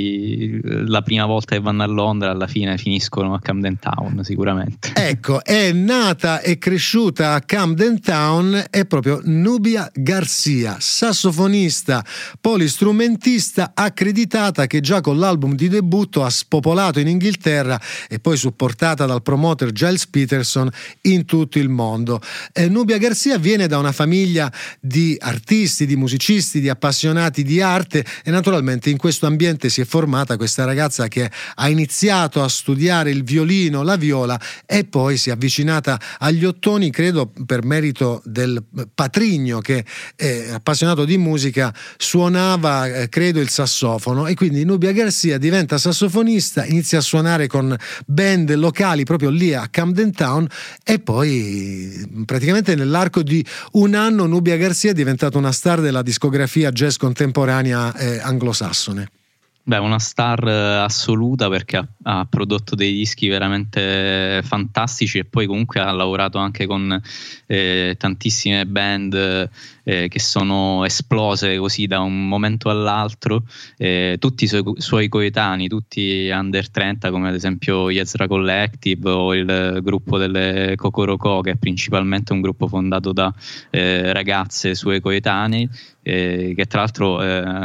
la prima volta che vanno a Londra alla fine finiscono a Camden Town, sicuramente. Ecco, è nata e cresciuta a Camden Town è proprio Nubia Garcia, sassofonista, polistrumentista accreditata, che già con l'album di debutto ha spopolato in Inghilterra e poi supportata dal promoter Giles Peterson in tutto il mondo. Nubia Garcia viene da una famiglia di artisti, di musicisti, di appassionati di arte, e naturalmente in questo ambiente si è formata questa ragazza che ha iniziato a studiare il violino, la viola, e poi si è avvicinata agli ottoni, credo per merito del patrigno che è appassionato di musica, suonava credo il sassofono, e quindi Nubia Garcia diventa sassofonista, inizia a suonare con band locali proprio lì a Camden Town, e poi praticamente nell'arco di un anno Nubia Garcia è diventata una star della discografia jazz contemporanea anglosassone. Beh, una star assoluta, perché ha prodotto dei dischi veramente fantastici, e poi comunque ha lavorato anche con tantissime band che sono esplose così da un momento all'altro, tutti i suoi coetanei, tutti under 30, come ad esempio Yezra Collective o il gruppo delle Kokoroko, che è principalmente un gruppo fondato da ragazze sue coetanei, che tra l'altro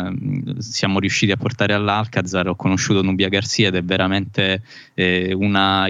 siamo riusciti a portare all'Alcazar. Ho conosciuto Nubia Garcia ed è veramente una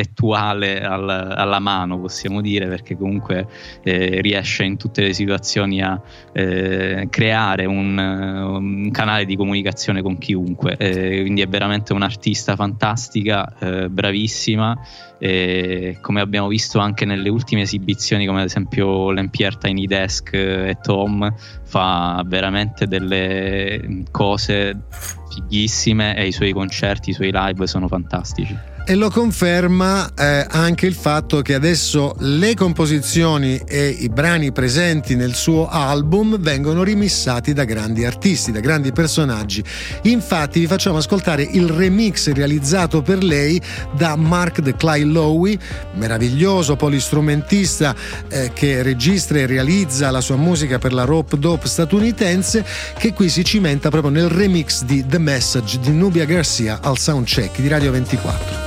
intellettuale alla mano, possiamo dire, perché comunque riesce in tutte le situazioni bisogna creare un canale di comunicazione con chiunque, quindi è veramente un'artista fantastica, bravissima, come abbiamo visto anche nelle ultime esibizioni, come ad esempio l'NPR Tiny Desk e Tom, fa veramente delle cose fighissime e i suoi concerti, i suoi live sono fantastici. E lo conferma anche il fatto che adesso le composizioni e i brani presenti nel suo album vengono rimissati da grandi artisti, da grandi personaggi. Infatti vi facciamo ascoltare il remix realizzato per lei da Mark the Clyde Lowy, meraviglioso polistrumentista che registra e realizza la sua musica per la rope dope statunitense, che qui si cimenta proprio nel remix di The Message di Nubia Garcia al Soundcheck di Radio 24.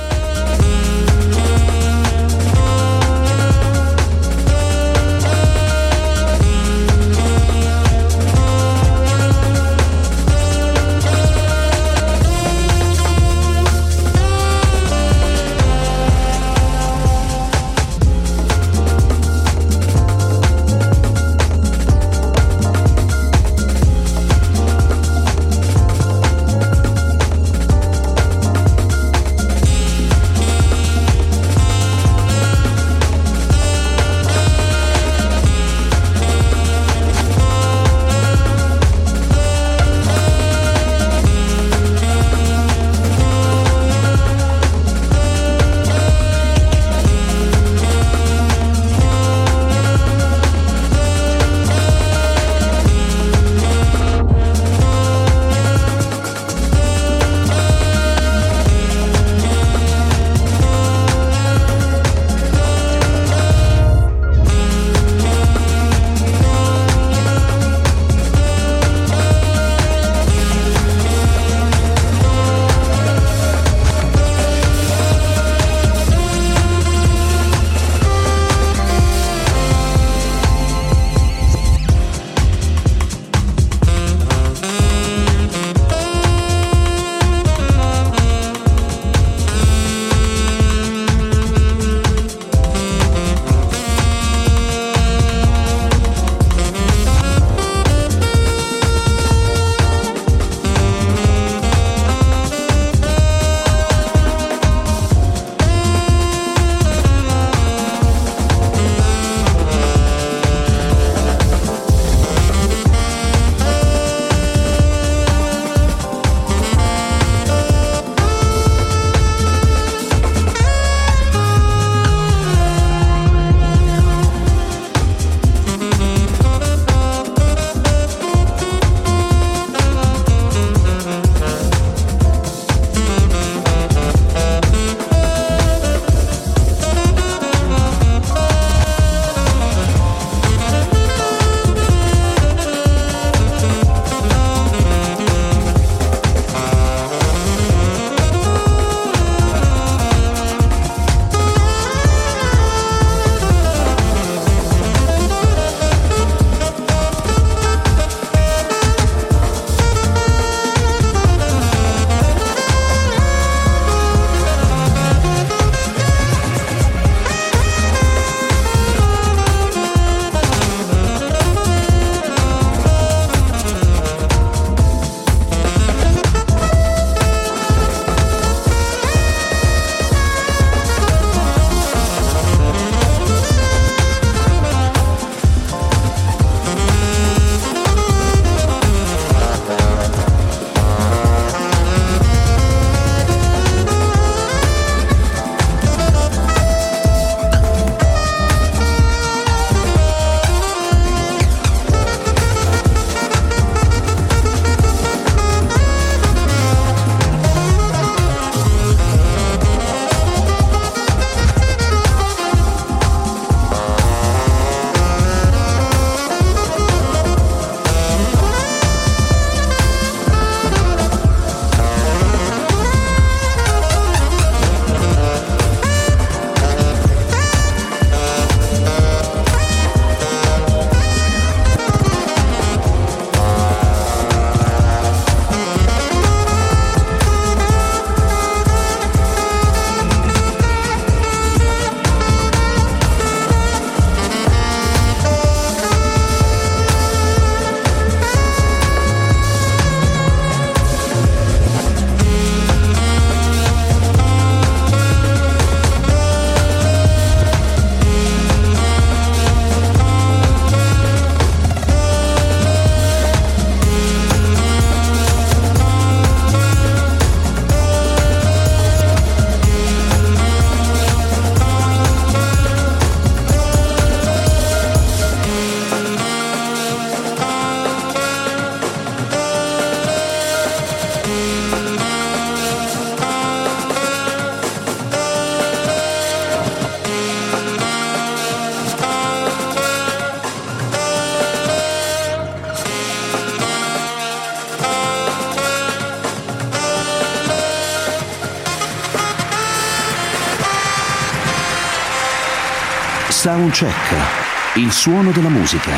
Soundcheck, il suono della musica.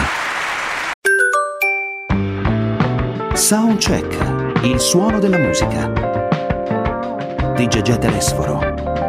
Soundcheck, il suono della musica. Di Gegè Telesforo.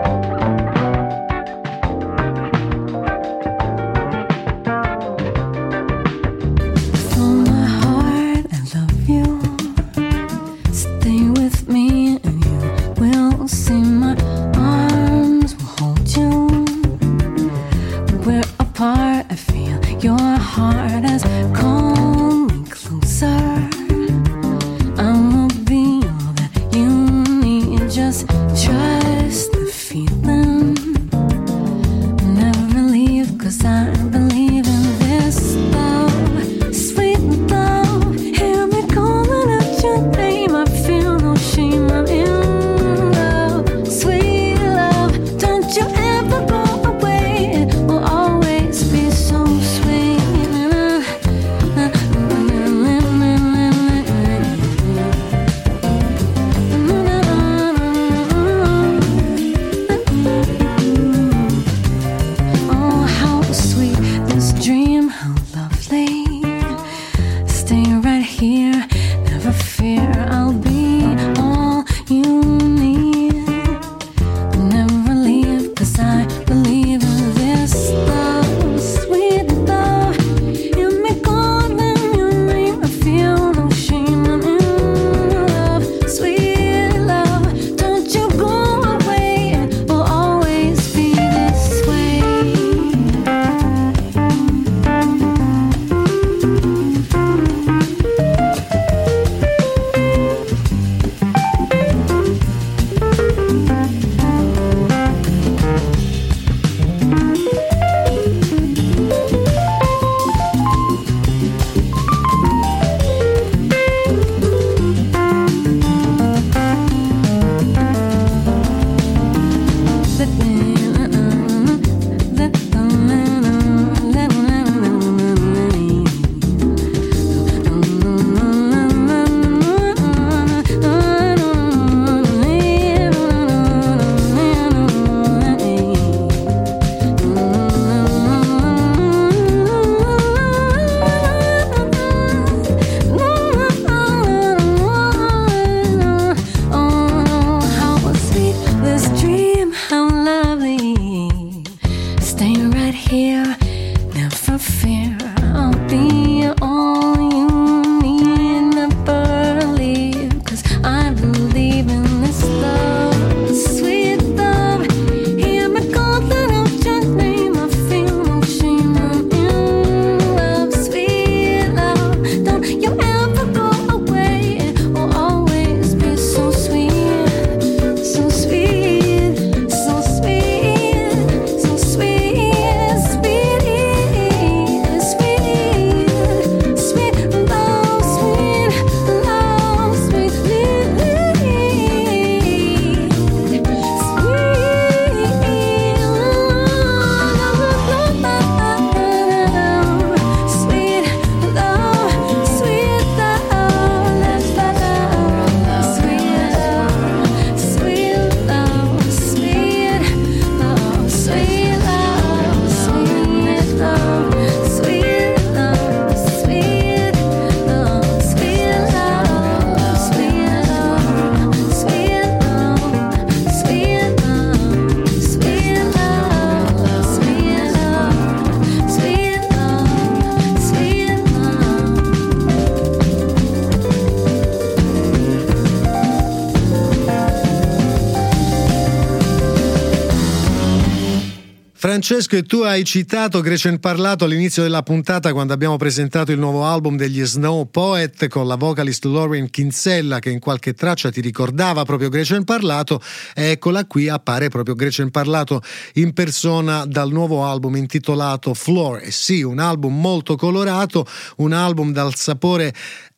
Francesco, e tu hai citato Gretchen Parlato all'inizio della puntata quando abbiamo presentato il nuovo album degli Snow Poet con la vocalist Lauren Kinsella che in qualche traccia ti ricordava proprio Gretchen Parlato, e eccola qui, appare proprio Gretchen Parlato in persona dal nuovo album intitolato Floor. E sì, un album molto colorato, un album dal sapore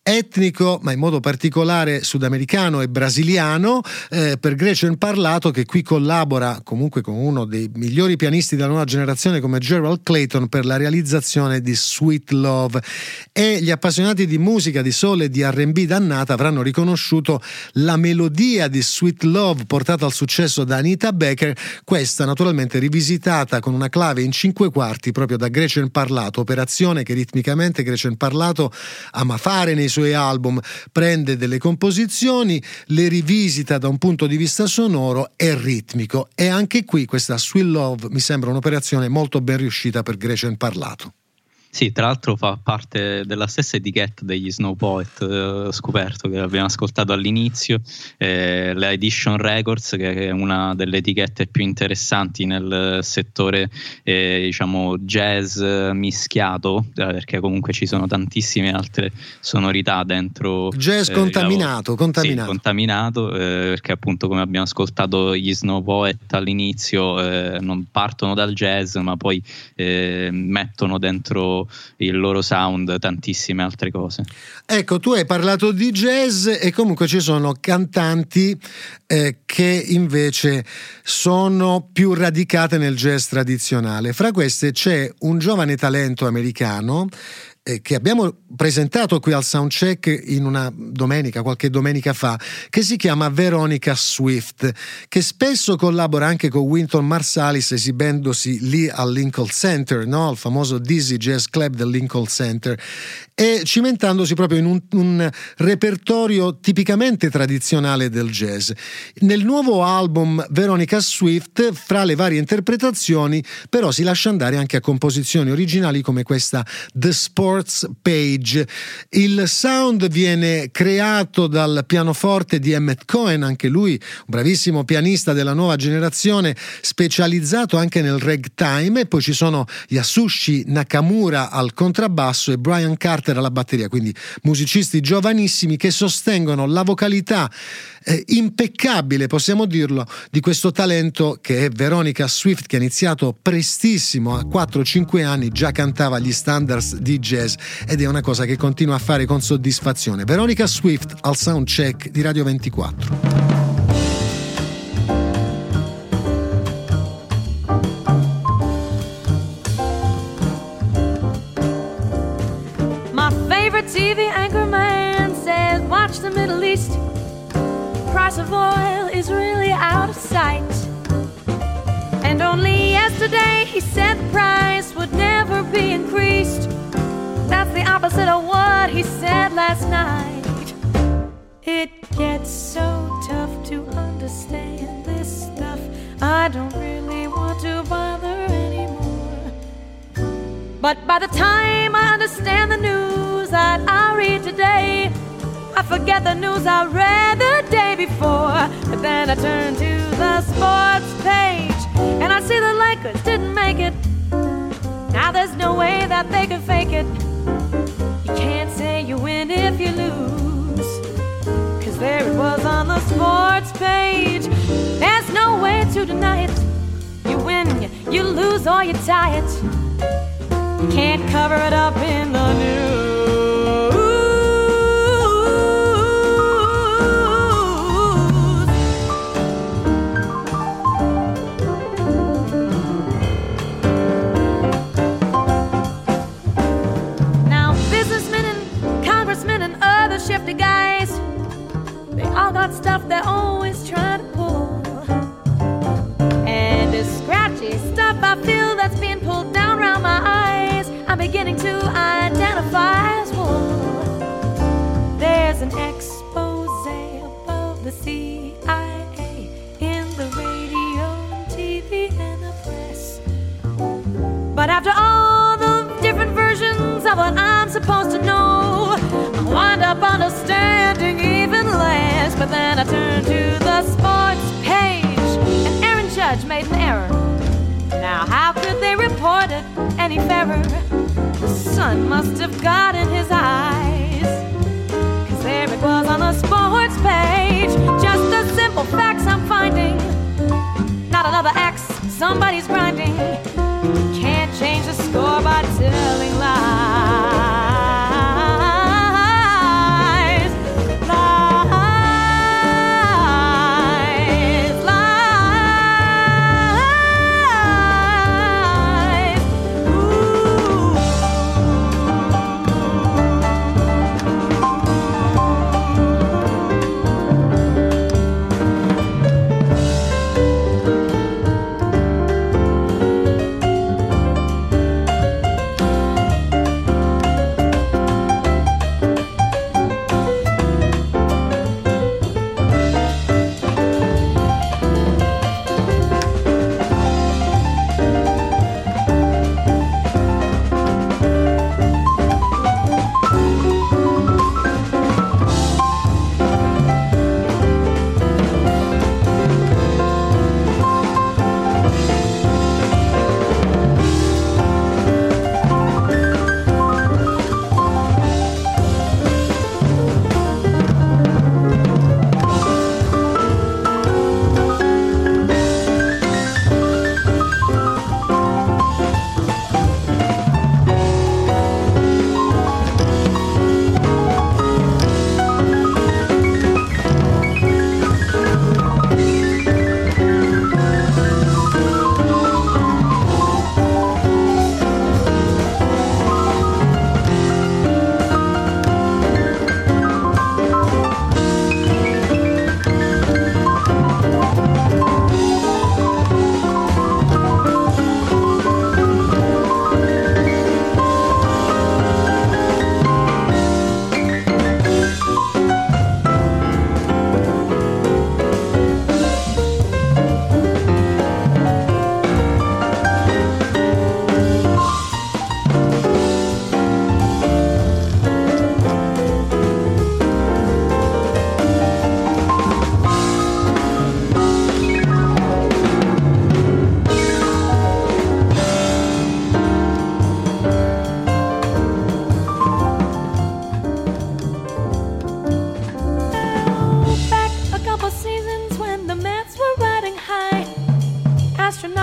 etnico, ma in modo particolare sudamericano e brasiliano, per Gretchen Parlato, che qui collabora comunque con uno dei migliori pianisti della nuova generazione come Gerald Clayton per la realizzazione di Sweet Love. E gli appassionati di musica, di soul e di R&B dannata avranno riconosciuto la melodia di Sweet Love portata al successo da Anita Baker, questa naturalmente rivisitata con una clave in 5/4 proprio da Gretchen Parlato, operazione che ritmicamente Gretchen Parlato ama fare nei suoi album. Prende delle composizioni, le rivisita da un punto di vista sonoro e ritmico, e anche qui questa Sweet Love mi sembra un'operazione molto ben riuscita per Gretchen Parlato. Sì, tra l'altro fa parte della stessa etichetta degli Snow Poet, ho scoperto, che abbiamo ascoltato all'inizio, la Edition Records, che è una delle etichette più interessanti nel settore diciamo jazz mischiato, perché comunque ci sono tantissime altre sonorità dentro. Jazz contaminato. Sì, contaminato, perché appunto, come abbiamo ascoltato gli Snow Poet all'inizio, non partono dal jazz, ma poi mettono dentro il loro sound tantissime altre cose. Ecco, tu hai parlato di jazz e comunque ci sono cantanti che invece sono più radicate nel jazz tradizionale. Fra queste c'è un giovane talento americano che abbiamo presentato qui al Soundcheck in una domenica, qualche domenica fa, che si chiama Veronica Swift, che spesso collabora anche con Wynton Marsalis, esibendosi lì al Lincoln Center, no? Al famoso Dizzy Jazz Club del Lincoln Center, e cimentandosi proprio in un repertorio tipicamente tradizionale del jazz. Nel nuovo album Veronica Swift, fra le varie interpretazioni, però si lascia andare anche a composizioni originali come questa The Sports Page. Il sound viene creato dal pianoforte di Emmett Cohen, anche lui un bravissimo pianista della nuova generazione, specializzato anche nel ragtime, e poi ci sono Yasushi Nakamura al contrabbasso e Brian Carter alla batteria, quindi musicisti giovanissimi che sostengono la vocalità impeccabile, possiamo dirlo, di questo talento che è Veronica Swift, che ha iniziato prestissimo, a 4-5 anni già cantava gli standards di jazz, ed è una cosa che continua a fare con soddisfazione. Veronica Swift al Soundcheck di Radio 24. TV anchor man says, watch the Middle East. Price of oil is really out of sight. And only yesterday he said the price would never be increased. That's the opposite of what he said last night. It gets so tough to understand this stuff. I don't really want to bother anymore. But by the time I understand the news that I read today, I forget the news I read the day before. But then I turn to the sports page and I see the Lakers didn't make it. Now there's no way that they can fake it. You can't say you win if you lose, 'cause there it was on the sports page. There's no way to deny it. You win, you lose, or you tie it. You can't cover it up in the news. Shifty guys, they all got stuff they're always trying to pull, and this scratchy stuff I feel that's being pulled down around my eyes, I'm beginning to identify as wool. There's an expose above the CIA in the radio and TV and the press, but after all the different versions of what I'm supposed to know, I wind up understanding even less. But then I turn to the sports page, and Aaron Judge made an error. Now how could they report it any fairer? The sun must have got in his eyes, 'cause there it was on the sports page. Just the simple facts I'm finding, not another X somebody's grinding. Can't change the score by telling lies.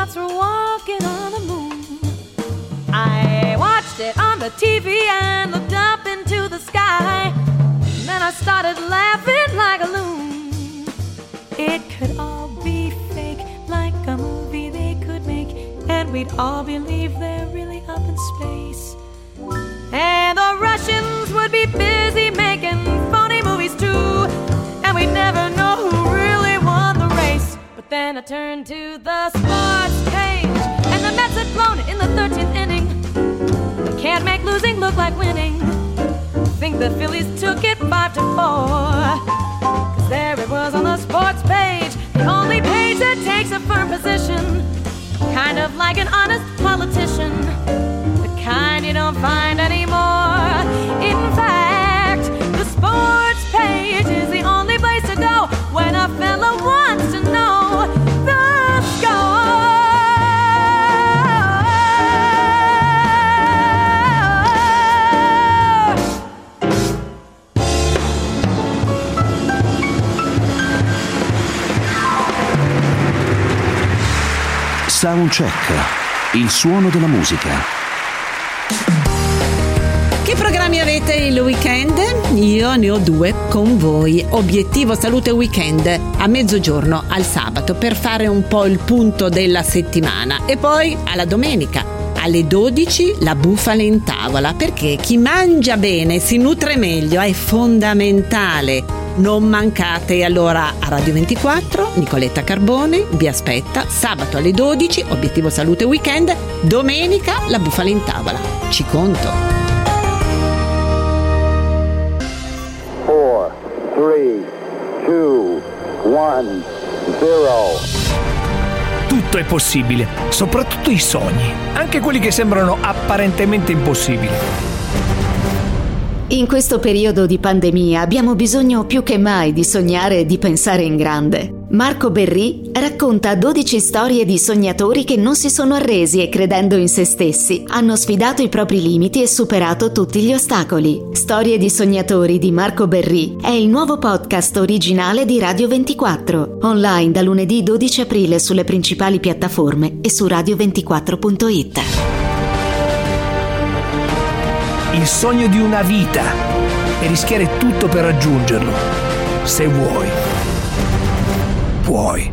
astronauts were walking on the moon. I watched it on the TV and looked up into the sky. Then I started laughing like a loon. It could all be fake, like a movie they could make, and we'd all believe they're really up in space. And the Russians would be busy making phony movies too, and we'd never know who really won the race. But then I turned to the sports page, and the Mets had blown it in the 13th inning. They can't make losing look like winning. I think the Phillies took it 5-4. 'Cause there it was on the sports page, the only page that takes a firm position, kind of like an honest politician, the kind you don't find anymore. In fact, the sports page is the only place to go when a fella wants to know the score. Soundcheck, il suono della musica. Che programmi avete il weekend? Io ne ho due con voi. Obiettivo Salute Weekend a mezzogiorno al sabato per fare un po' il punto della settimana, e poi alla domenica alle 12 la bufala in tavola, perché chi mangia bene si nutre meglio, è fondamentale. Non mancate. Allora a Radio 24 Nicoletta Carbone vi aspetta sabato alle 12, Obiettivo Salute Weekend, domenica la bufala in tavola. Ci conto. 4, 3, 2, 1, 0. Tutto è possibile, soprattutto i sogni, anche quelli che sembrano apparentemente impossibili. In questo periodo di pandemia abbiamo bisogno più che mai di sognare e di pensare in grande. Marco Berry racconta 12 storie di sognatori che non si sono arresi e, credendo in se stessi, hanno sfidato i propri limiti e superato tutti gli ostacoli. Storie di sognatori di Marco Berry è il nuovo podcast originale di Radio 24, online da lunedì 12 aprile sulle principali piattaforme e su radio24.it. Il sogno di una vita e rischiare tutto per raggiungerlo. Se vuoi, puoi.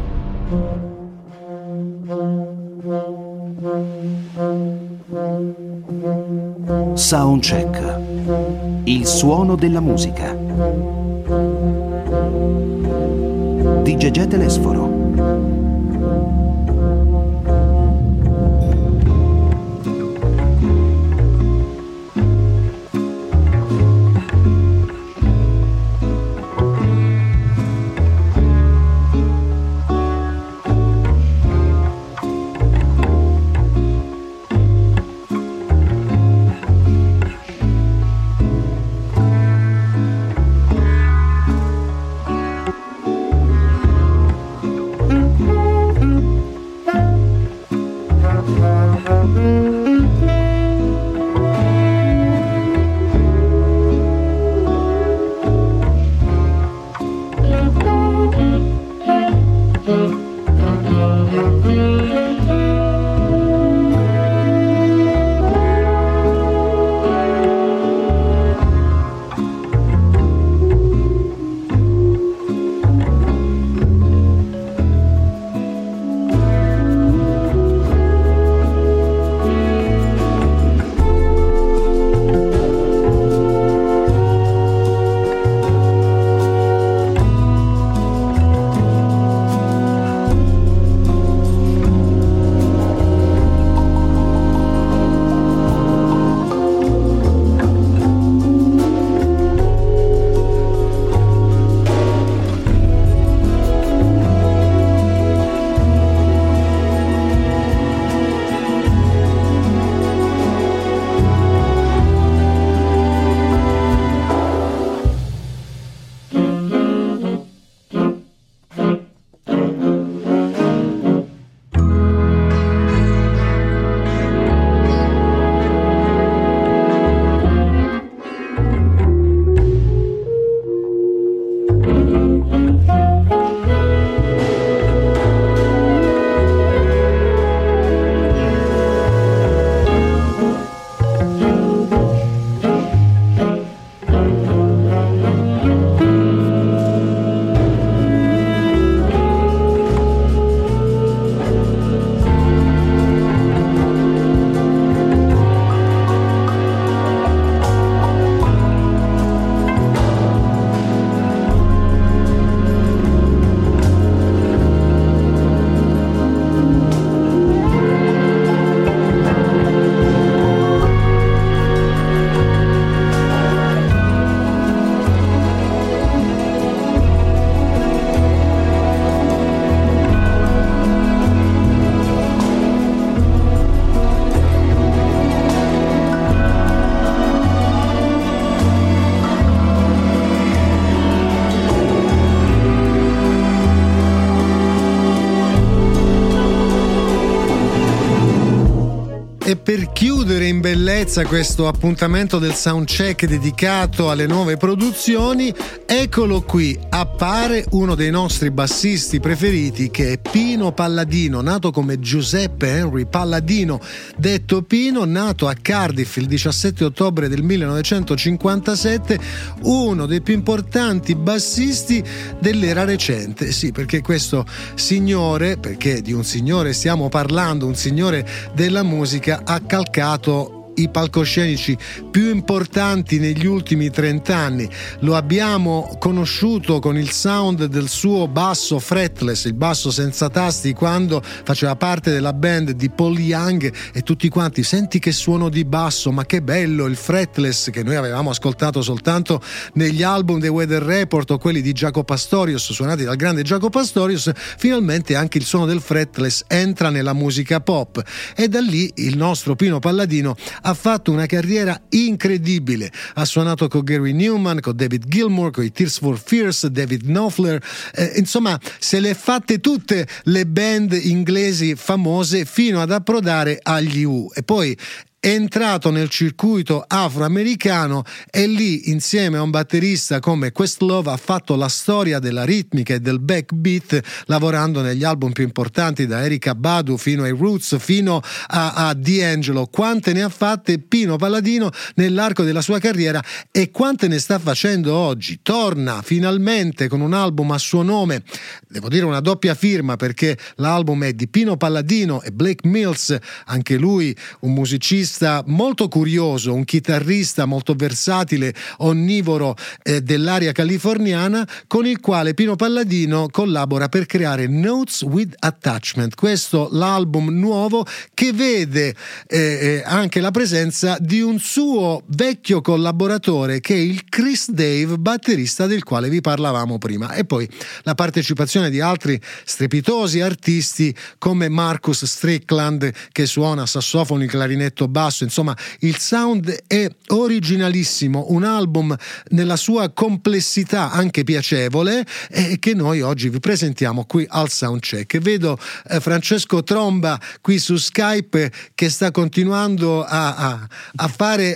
Soundcheck, il suono della musica. Di Gegè Telesforo. E per chiudere in bellezza questo appuntamento del soundcheck dedicato alle nuove produzioni, eccolo qui, appare uno dei nostri bassisti preferiti, che è Pino Palladino, nato come Giuseppe Henry Palladino, detto Pino, nato a Cardiff il 17 ottobre del 1957, uno dei più importanti bassisti dell'era recente. Sì, perché questo signore, perché di un signore stiamo parlando, un signore della musica, ha calcato i palcoscenici più importanti negli ultimi 30 anni. Lo abbiamo conosciuto con il sound del suo basso fretless, il basso senza tasti, quando faceva parte della band di Paul Young, e tutti quanti: senti che suono di basso, ma che bello il fretless, che noi avevamo ascoltato soltanto negli album dei Weather Report o quelli di Jaco Pastorius, suonati dal grande Jaco Pastorius. Finalmente anche il suono del fretless entra nella musica pop, e da lì il nostro Pino Palladino ha fatto una carriera incredibile. Ha suonato con Gary Newman, con David Gilmour, con i Tears for Fears, David Knopfler, insomma se le fatte tutte le band inglesi famose fino ad approdare agli Who. E poi è entrato nel circuito afroamericano, e lì insieme a un batterista come Questlove ha fatto la storia della ritmica e del backbeat, lavorando negli album più importanti, da Erykah Badu fino ai Roots, fino a D'Angelo. Quante ne ha fatte Pino Palladino nell'arco della sua carriera, e quante ne sta facendo oggi. Torna finalmente con un album a suo nome, devo dire una doppia firma, perché l'album è di Pino Palladino e Blake Mills, anche lui un musicista molto curioso, un chitarrista molto versatile, onnivoro dell'area californiana, con il quale Pino Palladino collabora per creare Notes with Attachment, questo l'album nuovo che vede anche la presenza di un suo vecchio collaboratore, che è il Chris Dave, batterista del quale vi parlavamo prima, e poi la partecipazione di altri strepitosi artisti come Marcus Strickland, che suona sassofono, il clarinetto, basso. Insomma, il sound è originalissimo, un album nella sua complessità anche piacevole, e che noi oggi vi presentiamo qui al Soundcheck. Vedo Francesco Tromba qui su Skype che sta continuando a fare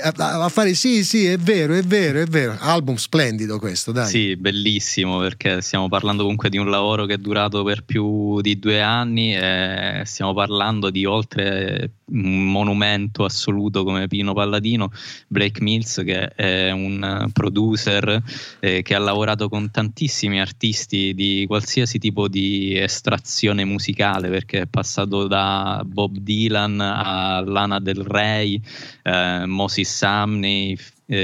sì, è vero, album splendido questo, dai. Sì, bellissimo, perché stiamo parlando comunque di un lavoro che è durato per più di 2 anni, e stiamo parlando di oltre un monumento assoluto come Pino Palladino. Blake Mills, che è un producer che ha lavorato con tantissimi artisti di qualsiasi tipo di estrazione musicale, perché è passato da Bob Dylan a Lana Del Rey, Moses Sumney,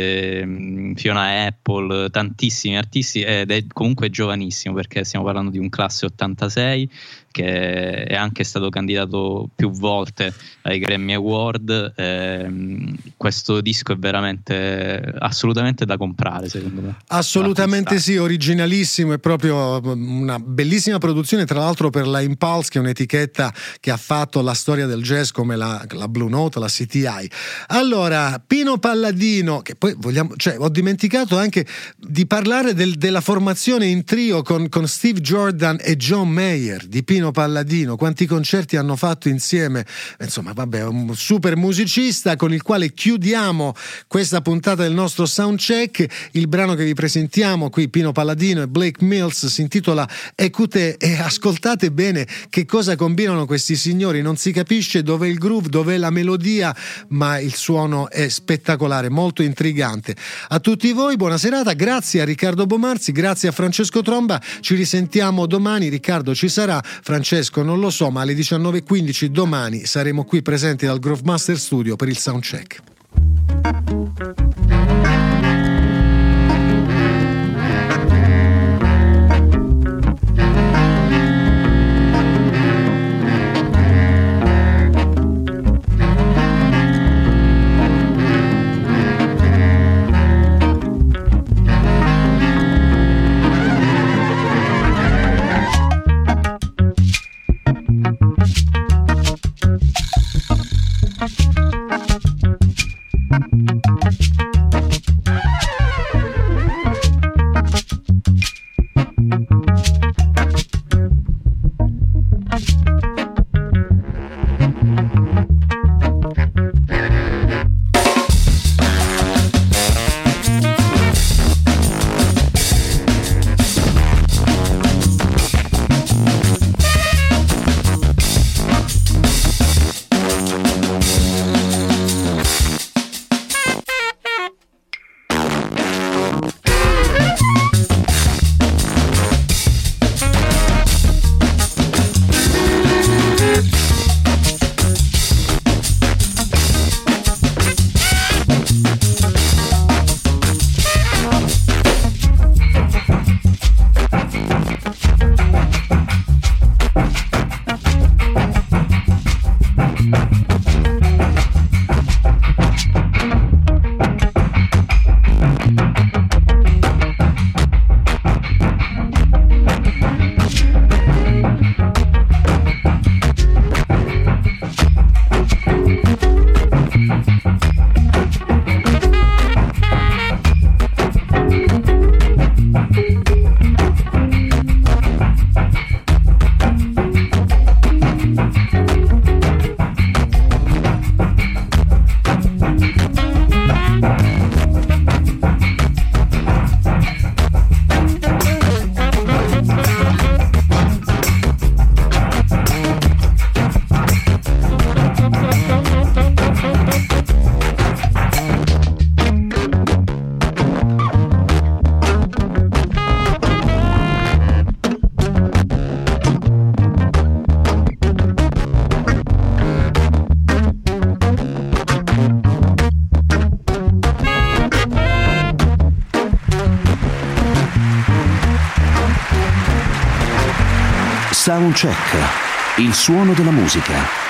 Fiona Apple, tantissimi artisti, ed è comunque giovanissimo, perché stiamo parlando di un classe 86 che è anche stato candidato più volte ai Grammy Award. Questo disco è veramente assolutamente da comprare, secondo me. Assolutamente sì, originalissimo, è proprio una bellissima produzione, tra l'altro per la Impulse, che è un'etichetta che ha fatto la storia del jazz come la Blue Note, la CTI. Allora, Pino Palladino, che poi ho dimenticato anche di parlare della formazione in trio con Steve Jordan e John Mayer di Pino Palladino. Quanti concerti hanno fatto insieme, insomma vabbè, un super musicista con il quale chiudiamo questa puntata del nostro Soundcheck. Il brano che vi presentiamo qui, Pino Palladino e Blake Mills, si intitola Écoutez, e ascoltate bene che cosa combinano questi signori. Non si capisce dov'è il groove, dov'è la melodia, ma il suono è spettacolare, molto intrigante. A tutti voi buona serata, grazie a Riccardo Bomarzi, grazie a Francesco Tromba, ci risentiamo domani. Riccardo ci sarà, Francesco non lo so, ma alle 19:15 domani saremo qui presenti dal Groove Master Studio per il Soundcheck. Soundcheck, il suono della musica.